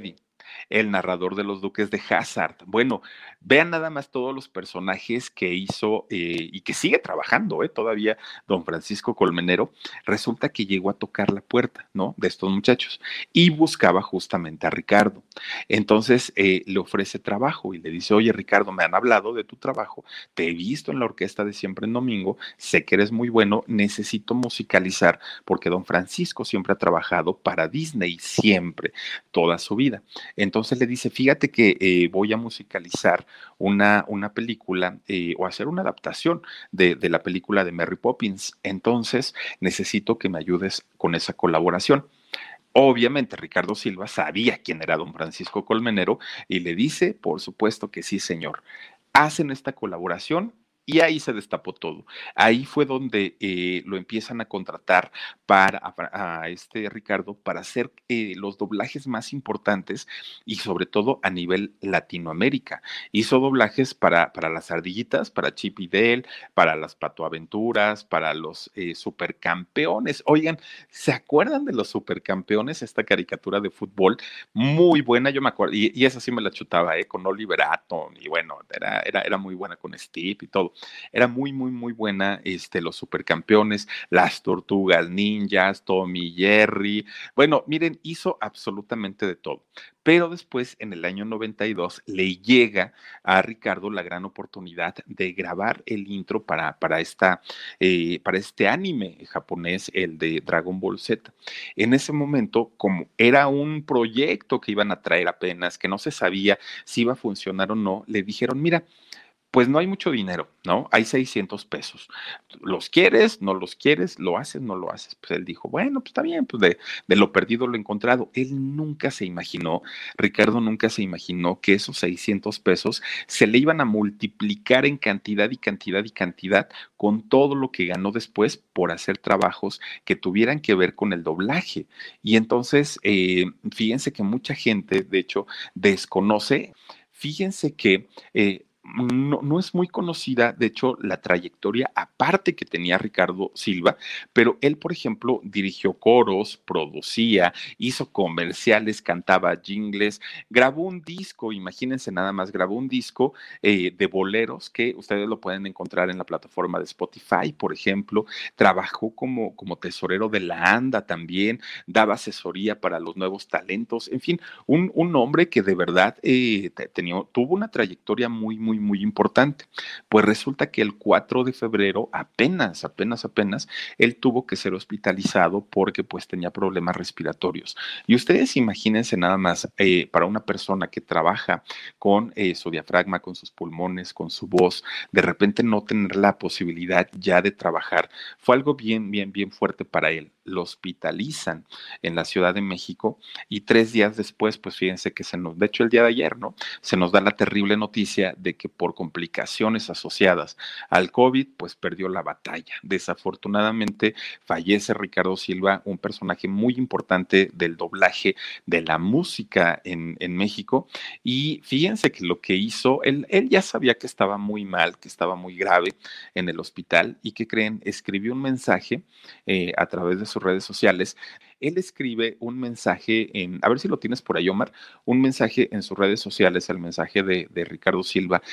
C: el narrador de los Duques de Hazzard. Bueno, vean nada más todos los personajes que hizo eh, y que sigue trabajando eh, todavía don Francisco Colmenero. Resulta que llegó a tocar la puerta, ¿no? De estos muchachos y buscaba justamente a Ricardo. Entonces eh, le ofrece trabajo y le dice, oye Ricardo, me han hablado de tu trabajo, te he visto en la orquesta de Siempre en Domingo, sé que eres muy bueno, necesito musicalizar porque don Francisco siempre ha trabajado para Disney, siempre, toda su vida. Entonces le dice, fíjate que eh, voy a musicalizar una, una película eh, o hacer una adaptación de, de la película de Mary Poppins, entonces necesito que me ayudes con esa colaboración. Obviamente Ricardo Silva sabía quién era don Francisco Colmenero y le dice, por supuesto que sí, señor. Hacen esta colaboración y ahí se destapó todo. Ahí fue donde eh, lo empiezan a contratar para a, a este Ricardo para hacer eh, los doblajes más importantes y sobre todo a nivel Latinoamérica. Hizo doblajes para, para las ardillitas, para Chip y Dale, para las patoaventuras, para los eh, supercampeones. Oigan, ¿se acuerdan de los supercampeones? Esta caricatura de fútbol muy buena, yo me acuerdo, y, y esa sí me la chutaba, ¿eh? Con Oliver Atom, y bueno, era, era, era muy buena con Steve y todo. Era muy, muy, muy buena, este, los supercampeones, las tortugas ninjas, Tommy Jerry. Bueno, miren, hizo absolutamente de todo. Pero después, en el año noventa y dos, le llega a Ricardo la gran oportunidad de grabar el intro para, para, esta, eh, para este anime japonés, el de Dragon Ball Z. En ese momento, como era un proyecto que iban a traer apenas, que no se sabía si iba a funcionar o no, le dijeron, mira, pues no hay mucho dinero, ¿no? Hay seiscientos pesos. ¿Los quieres? ¿No los quieres? ¿Lo haces? ¿No lo haces? Pues él dijo, bueno, pues está bien, pues de, de lo perdido lo encontrado. Él nunca se imaginó, Ricardo nunca se imaginó que esos seiscientos pesos se le iban a multiplicar en cantidad y cantidad y cantidad con todo lo que ganó después por hacer trabajos que tuvieran que ver con el doblaje. Y entonces, eh, fíjense que mucha gente, de hecho, desconoce, fíjense que... Eh, no, no es muy conocida, de hecho, la trayectoria aparte que tenía Ricardo Silva, pero él, por ejemplo, dirigió coros, producía, hizo comerciales, cantaba jingles, grabó un disco, imagínense nada más, grabó un disco eh, de boleros que ustedes lo pueden encontrar en la plataforma de Spotify, por ejemplo, trabajó como, como tesorero de la ANDA también, daba asesoría para los nuevos talentos, en fin, un, un hombre que de verdad eh, tenía, tuvo una trayectoria muy, muy, muy importante. Pues resulta que el cuatro de febrero, apenas, apenas, apenas, él tuvo que ser hospitalizado porque pues tenía problemas respiratorios. Y ustedes imagínense nada más, eh, para una persona que trabaja con eh, su diafragma, con sus pulmones, con su voz, de repente no tener la posibilidad ya de trabajar, fue algo bien, bien, bien fuerte para él. Lo hospitalizan en la Ciudad de México y tres días después, pues fíjense que se nos, de hecho el día de ayer, ¿no? Se nos da la terrible noticia de que por complicaciones asociadas al COVID, pues perdió la batalla. Desafortunadamente fallece Ricardo Silva, un personaje muy importante del doblaje, de la música en, en México. Y fíjense que lo que hizo, él, él ya sabía que estaba muy mal, que estaba muy grave en el hospital y que creen, escribió un mensaje eh, a través de sus redes sociales. Él escribe un mensaje en, a ver si lo tienes por ahí, Omar, un mensaje en sus redes sociales, el mensaje de, de Ricardo Silva,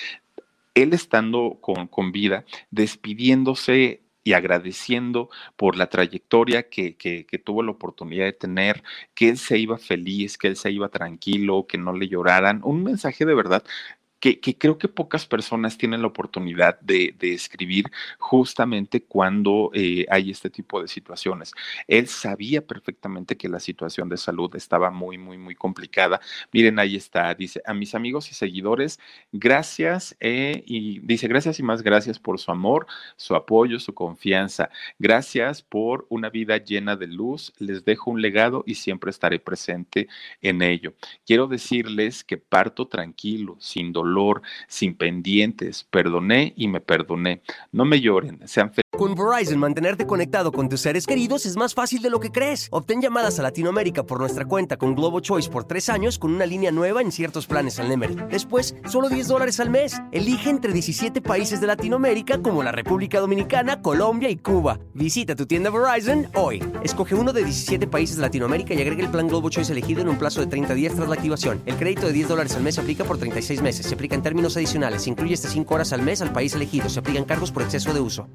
C: él estando con, con vida, despidiéndose y agradeciendo por la trayectoria que, que, que tuvo la oportunidad de tener, que él se iba feliz, que él se iba tranquilo, que no le lloraran, un mensaje de verdad que, que creo que pocas personas tienen la oportunidad de, de escribir justamente cuando eh, hay este tipo de situaciones. Él sabía perfectamente que la situación de salud estaba muy, muy, muy complicada. Miren, ahí está, dice, a mis amigos y seguidores, gracias, eh, y dice, gracias y más gracias por su amor, su apoyo, su confianza. Gracias por una vida llena de luz. Les dejo un legado y siempre estaré presente en ello. Quiero decirles que parto tranquilo, sin dolor, sin pendientes. Perdoné y me perdoné. No me lloren, sean felices.
B: Con Verizon, mantenerte conectado con tus seres queridos es más fácil de lo que crees. Obtén llamadas a Latinoamérica por nuestra cuenta con Globo Choice por tres años con una línea nueva en ciertos planes al Nemery. Después, solo diez dólares al mes. Elige entre diecisiete países de Latinoamérica como la República Dominicana, Colombia y Cuba. Visita tu tienda Verizon hoy. Escoge uno de diecisiete países de Latinoamérica y agrega el plan Globo Choice elegido en un plazo de treinta días tras la activación. El crédito de diez dólares al mes se aplica por treinta y seis meses. Se aplica en términos adicionales. Se incluye hasta cinco horas al mes al país elegido. Se aplican cargos por exceso de uso.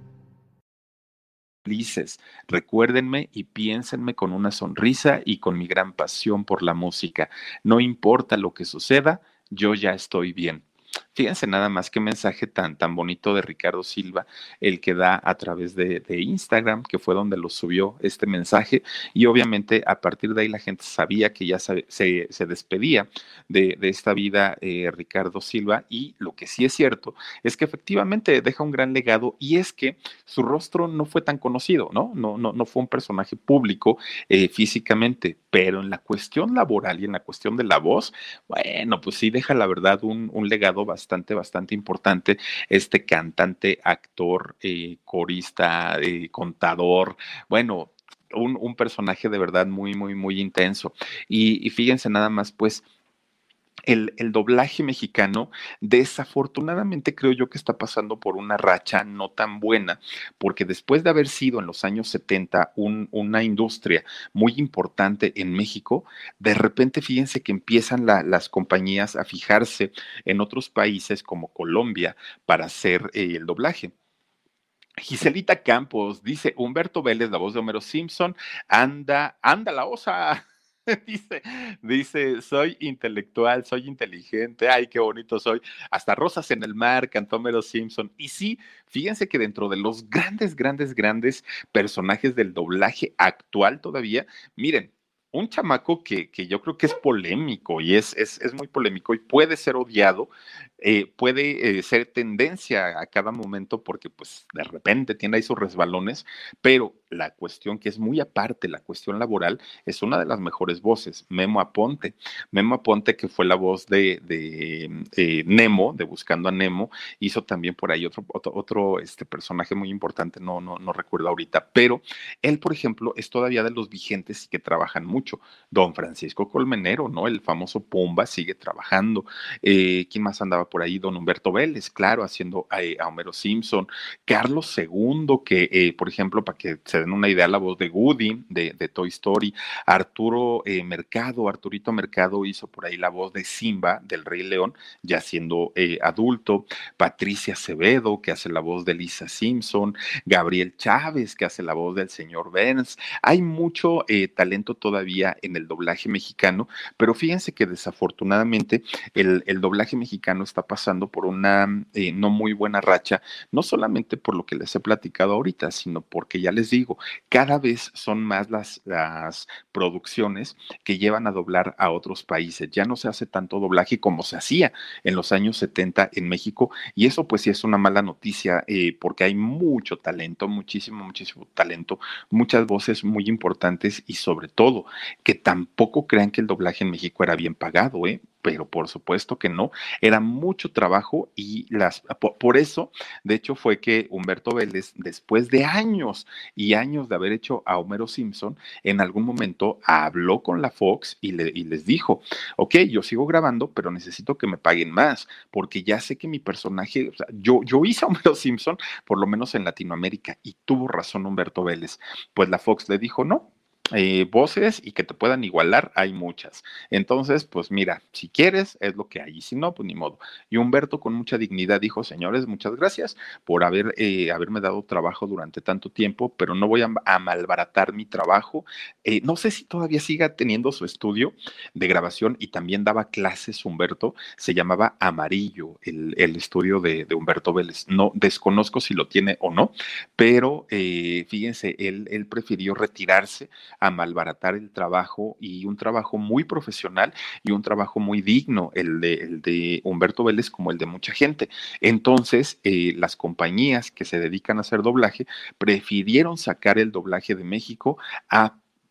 C: Felices. Recuérdenme y piénsenme con una sonrisa y con mi gran pasión por la música. No importa lo que suceda, yo ya estoy bien. Fíjense nada más qué mensaje tan, tan bonito de Ricardo Silva, el que da a través de, de Instagram, que fue donde lo subió este mensaje, y obviamente a partir de ahí la gente sabía que ya se, se, se despedía de, de esta vida eh, Ricardo Silva, y lo que sí es cierto es que efectivamente deja un gran legado, y es que su rostro no fue tan conocido, ¿no? No, no, no fue un personaje público eh, físicamente, pero en la cuestión laboral y en la cuestión de la voz, bueno, pues sí deja la verdad un, un legado bastante, bastante importante, este cantante, actor, eh, corista, eh, contador, bueno, un, un personaje de verdad muy, muy, muy intenso. Y, y fíjense nada más, pues, el, el doblaje mexicano, desafortunadamente creo yo que está pasando por una racha no tan buena, porque después de haber sido en los años setenta un, una industria muy importante en México, de repente fíjense que empiezan la, las compañías a fijarse en otros países como Colombia para hacer eh, el doblaje. Giselita Campos dice, Humberto Vélez, la voz de Homero Simpson, anda, anda la osa. Dice, dice, soy intelectual, soy inteligente, ay, qué bonito soy. Hasta Rosas en el Mar, cantó Homero Simpson. Y sí, fíjense que dentro de los grandes, grandes, grandes personajes del doblaje actual todavía, miren, un chamaco que, que yo creo que es polémico y es, es, es muy polémico y puede ser odiado, eh, puede eh, ser tendencia a cada momento porque pues de repente tiene ahí sus resbalones, pero la cuestión que es muy aparte, la cuestión laboral, es una de las mejores voces, Memo Aponte. Memo Aponte, que fue la voz de, de eh, Nemo, de Buscando a Nemo, hizo también por ahí otro, otro, otro este, personaje muy importante, no, no, no recuerdo ahorita, pero él, por ejemplo, es todavía de los vigentes y que trabajan mucho. Don Francisco Colmenero, ¿no? El famoso Pumba sigue trabajando. Eh, ¿Quién más andaba por ahí? Don Humberto Vélez, claro, haciendo a, a Homero Simpson. Carlos segundo, que, eh, por ejemplo, para que se den una idea, la voz de Woody, de, de Toy Story. Arturo eh, Mercado, Arturito Mercado hizo por ahí la voz de Simba, del Rey León, ya siendo eh, adulto. Patricia Acevedo, que hace la voz de Lisa Simpson. Gabriel Chávez, que hace la voz del señor Burns. Hay mucho eh, talento todavía en el doblaje mexicano, pero fíjense que desafortunadamente el, el doblaje mexicano está pasando por una eh, no muy buena racha, no solamente por lo que les he platicado ahorita, sino porque ya les digo, cada vez son más las, las producciones que llevan a doblar a otros países. Ya no se hace tanto doblaje como se hacía en los años setenta en México, y eso pues sí es una mala noticia, eh, porque hay mucho talento, muchísimo, muchísimo talento, muchas voces muy importantes y sobre todo que tampoco crean que el doblaje en México era bien pagado, ¿eh? Pero por supuesto que no, era mucho trabajo y las, por, por eso, de hecho, fue que Humberto Vélez, después de años y años de haber hecho a Homero Simpson, en algún momento habló con la Fox y, le, y les dijo, ok, yo sigo grabando, pero necesito que me paguen más, porque ya sé que mi personaje, o sea, yo, yo hice a Homero Simpson, por lo menos en Latinoamérica, y tuvo razón Humberto Vélez. Pues la Fox le dijo, no, eh, voces y que te puedan igualar, hay muchas. Entonces, pues mira, si quieres, es lo que hay, y si no, pues ni modo. Y Humberto con mucha dignidad dijo, señores, muchas gracias por haber, eh, haberme dado trabajo durante tanto tiempo, pero no voy a, a malbaratar mi trabajo. Eh, no sé si todavía siga teniendo su estudio de grabación y también daba clases Humberto, se llamaba Amarillo, el, el estudio de, de Humberto Vélez. No, desconozco si lo tiene o no, pero eh, fíjense, él, él prefirió retirarse a malbaratar el trabajo, y un trabajo muy profesional y un trabajo muy digno, el de, el de Humberto Vélez como el de mucha gente. Entonces, eh, las compañías que se dedican a hacer doblaje prefirieron sacar el doblaje de México a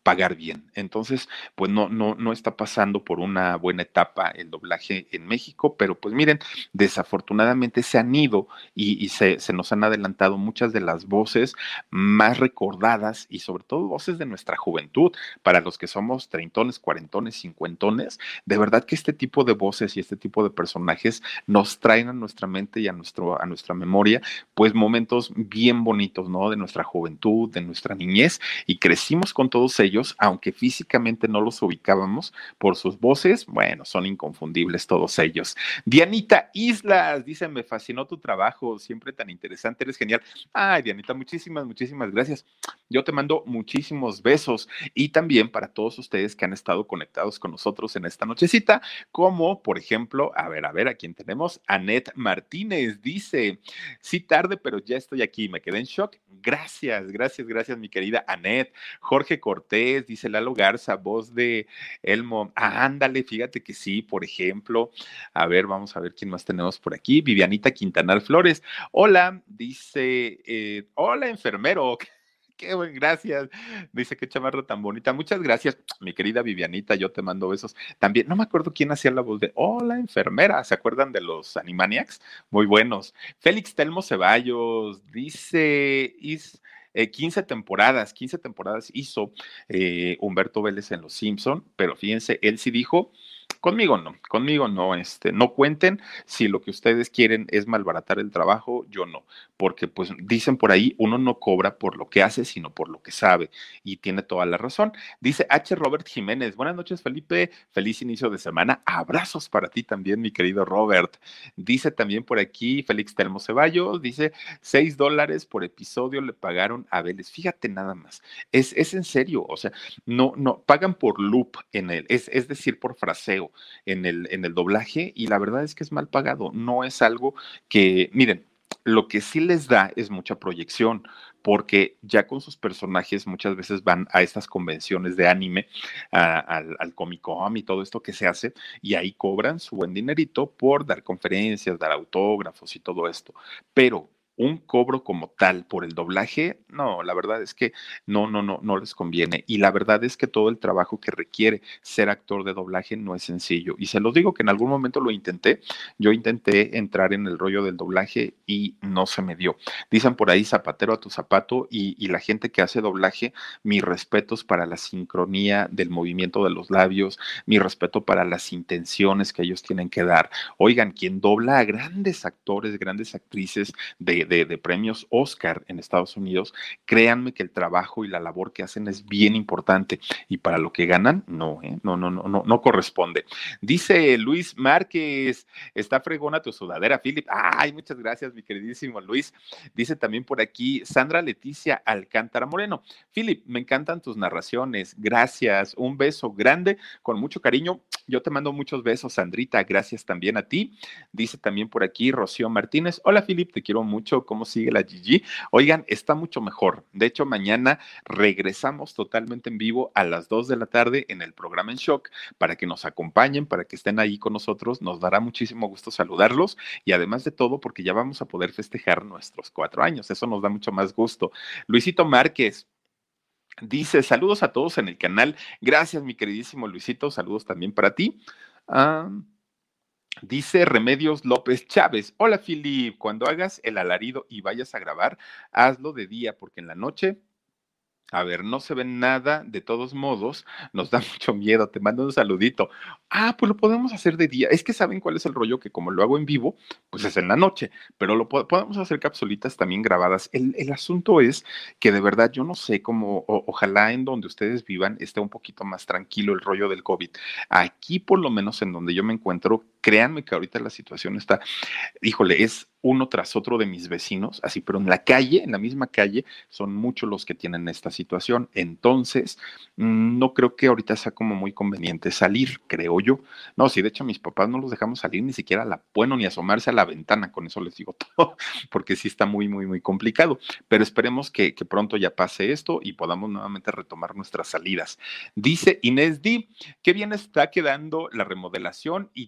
C: pagar bien. Entonces, pues no, no, no está pasando por una buena etapa el doblaje en México, pero pues miren, desafortunadamente se han ido y, y se, se nos han adelantado muchas de las voces más recordadas y sobre todo voces de nuestra juventud, para los que somos treintones, cuarentones, cincuentones, de verdad que este tipo de voces y este tipo de personajes nos traen a nuestra mente y a, nuestro, a nuestra memoria, pues momentos bien bonitos, ¿no? De nuestra juventud, de nuestra niñez, y crecimos con todos ellos, aunque físicamente no los ubicábamos por sus voces, bueno, son inconfundibles todos ellos. Dianita Islas dice, me fascinó tu trabajo, siempre tan interesante, eres genial. Ay, Dianita, muchísimas, muchísimas gracias. Yo te mando muchísimos besos y también para todos ustedes que han estado conectados con nosotros en esta nochecita, como por ejemplo, a ver, a ver, ¿a quién tenemos? Anet Martínez dice, sí tarde, pero ya estoy aquí, me quedé en shock. Gracias, gracias, gracias, mi querida Anet. Jorge Cortés dice, Lalo Garza, voz de Elmo. Ah, ándale, fíjate que sí, por ejemplo. A ver, vamos a ver quién más tenemos por aquí. Vivianita Quintanar Flores. Hola, dice, eh, hola, enfermero. Qué buen, gracias. Dice, qué chamarra tan bonita. Muchas gracias, mi querida Vivianita. Yo te mando besos. También, no me acuerdo quién hacía la voz de Hola, enfermera. ¿Se acuerdan de los Animaniacs? Muy buenos. Félix Telmo Ceballos dice, is, eh, quince temporadas, quince temporadas hizo eh, Humberto Vélez en Los Simpson, pero fíjense, él sí dijo, conmigo no, conmigo no, este, no cuenten, si lo que ustedes quieren es malbaratar el trabajo, yo no, porque pues dicen por ahí, uno no cobra por lo que hace, sino por lo que sabe, y tiene toda la razón. Dice H. Robert Jiménez, buenas noches Felipe, feliz inicio de semana, abrazos para ti también, mi querido Robert. Dice también por aquí Félix Telmo Ceballos, dice, seis dólares por episodio le pagaron a Vélez, fíjate nada más, es, es en serio, o sea, no, no, pagan por loop en el, es, es decir, por fraseo en el, en el doblaje, y la verdad es que es mal pagado, no es algo que, miren, lo que sí les da es mucha proyección, porque ya con sus personajes muchas veces van a estas convenciones de anime, a, al, al Comic Con y todo esto que se hace, y ahí cobran su buen dinerito por dar conferencias, dar autógrafos y todo esto, pero un cobro como tal por el doblaje, no, la verdad es que no, no, no, no les conviene. Y la verdad es que todo el trabajo que requiere ser actor de doblaje no es sencillo. Y se los digo que en algún momento lo intenté. Yo intenté entrar en el rollo del doblaje y no se me dio. Dicen por ahí zapatero a tu zapato y, y la gente que hace doblaje, mis respetos para la sincronía del movimiento de los labios, mi respeto para las intenciones que ellos tienen que dar. Oigan, quien dobla a grandes actores, grandes actrices de de, de premios Oscar en Estados Unidos, créanme que el trabajo y la labor que hacen es bien importante y para lo que ganan, no, ¿eh? no, no, no, no, no corresponde. Dice Luis Márquez, está fregona tu sudadera, Philip. Ay, muchas gracias, mi queridísimo Luis. Dice también por aquí Sandra Leticia Alcántara Moreno. Philip, me encantan tus narraciones, gracias, un beso grande, con mucho cariño. Yo te mando muchos besos, Sandrita, gracias también a ti. Dice también por aquí Rocío Martínez, hola Philip, te quiero mucho, ¿cómo sigue la Gigi? Oigan, está mucho mejor. De hecho, mañana regresamos totalmente en vivo a las dos de la tarde en el programa En Shock para que nos acompañen, para que estén ahí con nosotros. Nos dará muchísimo gusto saludarlos y además de todo, porque ya vamos a poder festejar nuestros cuatro años. Eso nos da mucho más gusto. Luisito Márquez dice, saludos a todos en el canal. Gracias, mi queridísimo Luisito. Saludos también para ti. Ah, dice Remedios López Chávez. Hola, Filip. Cuando hagas el alarido y vayas a grabar, hazlo de día, porque en la noche, a ver, no se ve nada, de todos modos, nos da mucho miedo, te mando un saludito. Ah, pues lo podemos hacer de día. Es que saben cuál es el rollo, que como lo hago en vivo, pues es en la noche, pero lo po- podemos hacer capsulitas también grabadas. El, el asunto es que de verdad yo no sé cómo, o- ojalá en donde ustedes vivan esté un poquito más tranquilo el rollo del COVID. Aquí, por lo menos en donde yo me encuentro, créanme que ahorita la situación está, híjole, es uno tras otro de mis vecinos, así, pero en la calle, en la misma calle, son muchos los que tienen esta situación. Entonces, mm, no creo que ahorita sea como muy conveniente salir, creo yo. No, sí, de hecho, mis papás no los dejamos salir ni siquiera a la, bueno, ni asomarse a la ventana, con eso les digo todo, porque sí está muy, muy, muy complicado. Pero esperemos que, que pronto ya pase esto y podamos nuevamente retomar nuestras salidas. Dice Inés D, qué bien está quedando la remodelación y todo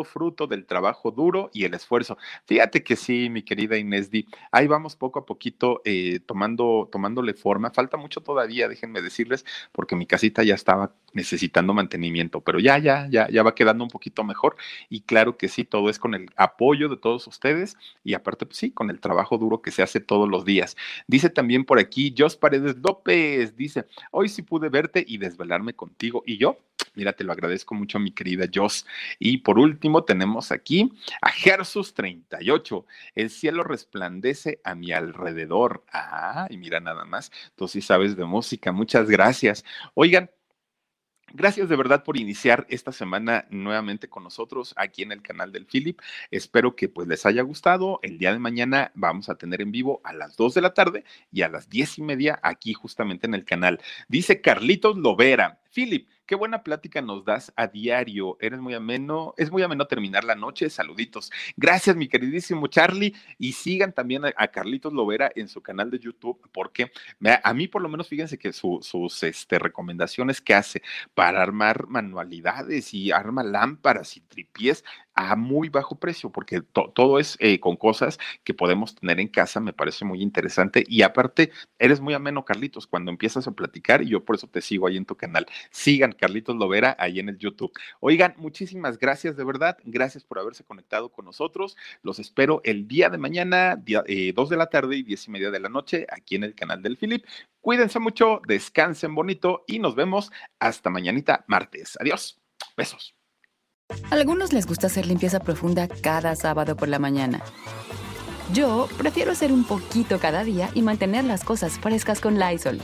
C: fruto del trabajo duro y el esfuerzo. Fíjate que sí, mi querida Inés Di, ahí vamos poco a poquito eh, tomando, tomándole forma. Falta mucho todavía, déjenme decirles, porque mi casita ya estaba necesitando mantenimiento, pero ya, ya, ya, ya va quedando un poquito mejor. Y claro que sí, todo es con el apoyo de todos ustedes y aparte, pues sí, con el trabajo duro que se hace todos los días. Dice también por aquí, Jos Paredes López, dice, hoy sí pude verte y desvelarme contigo. Y yo, mira, te lo agradezco mucho, mi querida Jos. Y por último, tenemos aquí a Gersus treinta y ocho. El cielo resplandece a mi alrededor. Ah, y mira nada más, tú sí sabes de música. Muchas gracias. Oigan, gracias de verdad por iniciar esta semana nuevamente con nosotros aquí en el canal del Philip. Espero que pues les haya gustado. El día de mañana vamos a tener en vivo a las dos de la tarde y a las diez y media aquí justamente en el canal. Dice Carlitos Lovera, Philip, qué buena plática nos das a diario. Eres muy ameno, es muy ameno terminar la noche. Saluditos. Gracias, mi queridísimo Charlie. Y sigan también a, a Carlitos Lovera en su canal de YouTube, porque me, a mí por lo menos fíjense que su, sus este, recomendaciones que hace para armar manualidades y arma lámparas y tripiés a muy bajo precio, porque to, todo es eh, con cosas que podemos tener en casa, me parece muy interesante. Y aparte, eres muy ameno, Carlitos, cuando empiezas a platicar, y yo por eso te sigo ahí en tu canal. Sigan Carlitos Lovera ahí en el YouTube. Oigan, muchísimas gracias, de verdad. Gracias por haberse conectado con nosotros. Los espero el día de mañana, día, eh, dos de la tarde y diez y media de la noche, aquí en el canal del Philip. Cuídense mucho, descansen bonito y nos vemos hasta mañanita martes. Adiós. Besos.
A: A algunos les gusta hacer limpieza profunda cada sábado por la mañana. Yo prefiero hacer un poquito cada día y mantener las cosas frescas con Lysol.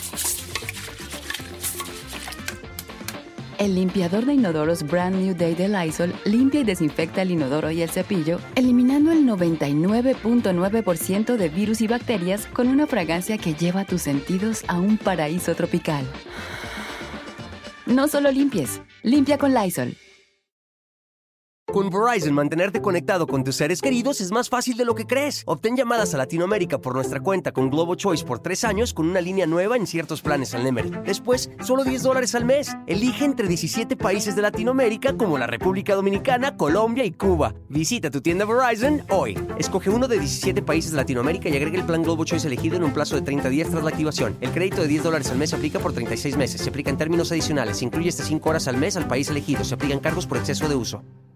A: El limpiador de inodoros Brand New Day de Lysol limpia y desinfecta el inodoro y el cepillo, eliminando el noventa y nueve punto nueve por ciento de virus y bacterias con una fragancia que lleva tus sentidos a un paraíso tropical. No solo limpies, limpia con Lysol.
B: Con Verizon, mantenerte conectado con tus seres queridos es más fácil de lo que crees. Obtén llamadas a Latinoamérica por nuestra cuenta con Globo Choice por tres años con una línea nueva en ciertos planes al Nemery. Después, solo diez dólares al mes. Elige entre diecisiete países de Latinoamérica como la República Dominicana, Colombia y Cuba. Visita tu tienda Verizon hoy. Escoge uno de diecisiete países de Latinoamérica y agrega el plan Globo Choice elegido en un plazo de treinta días tras la activación. El crédito de diez dólares al mes se aplica por treinta y seis meses. Se aplica en términos adicionales. Se incluye hasta cinco horas al mes al país elegido. Se aplican cargos por exceso de uso.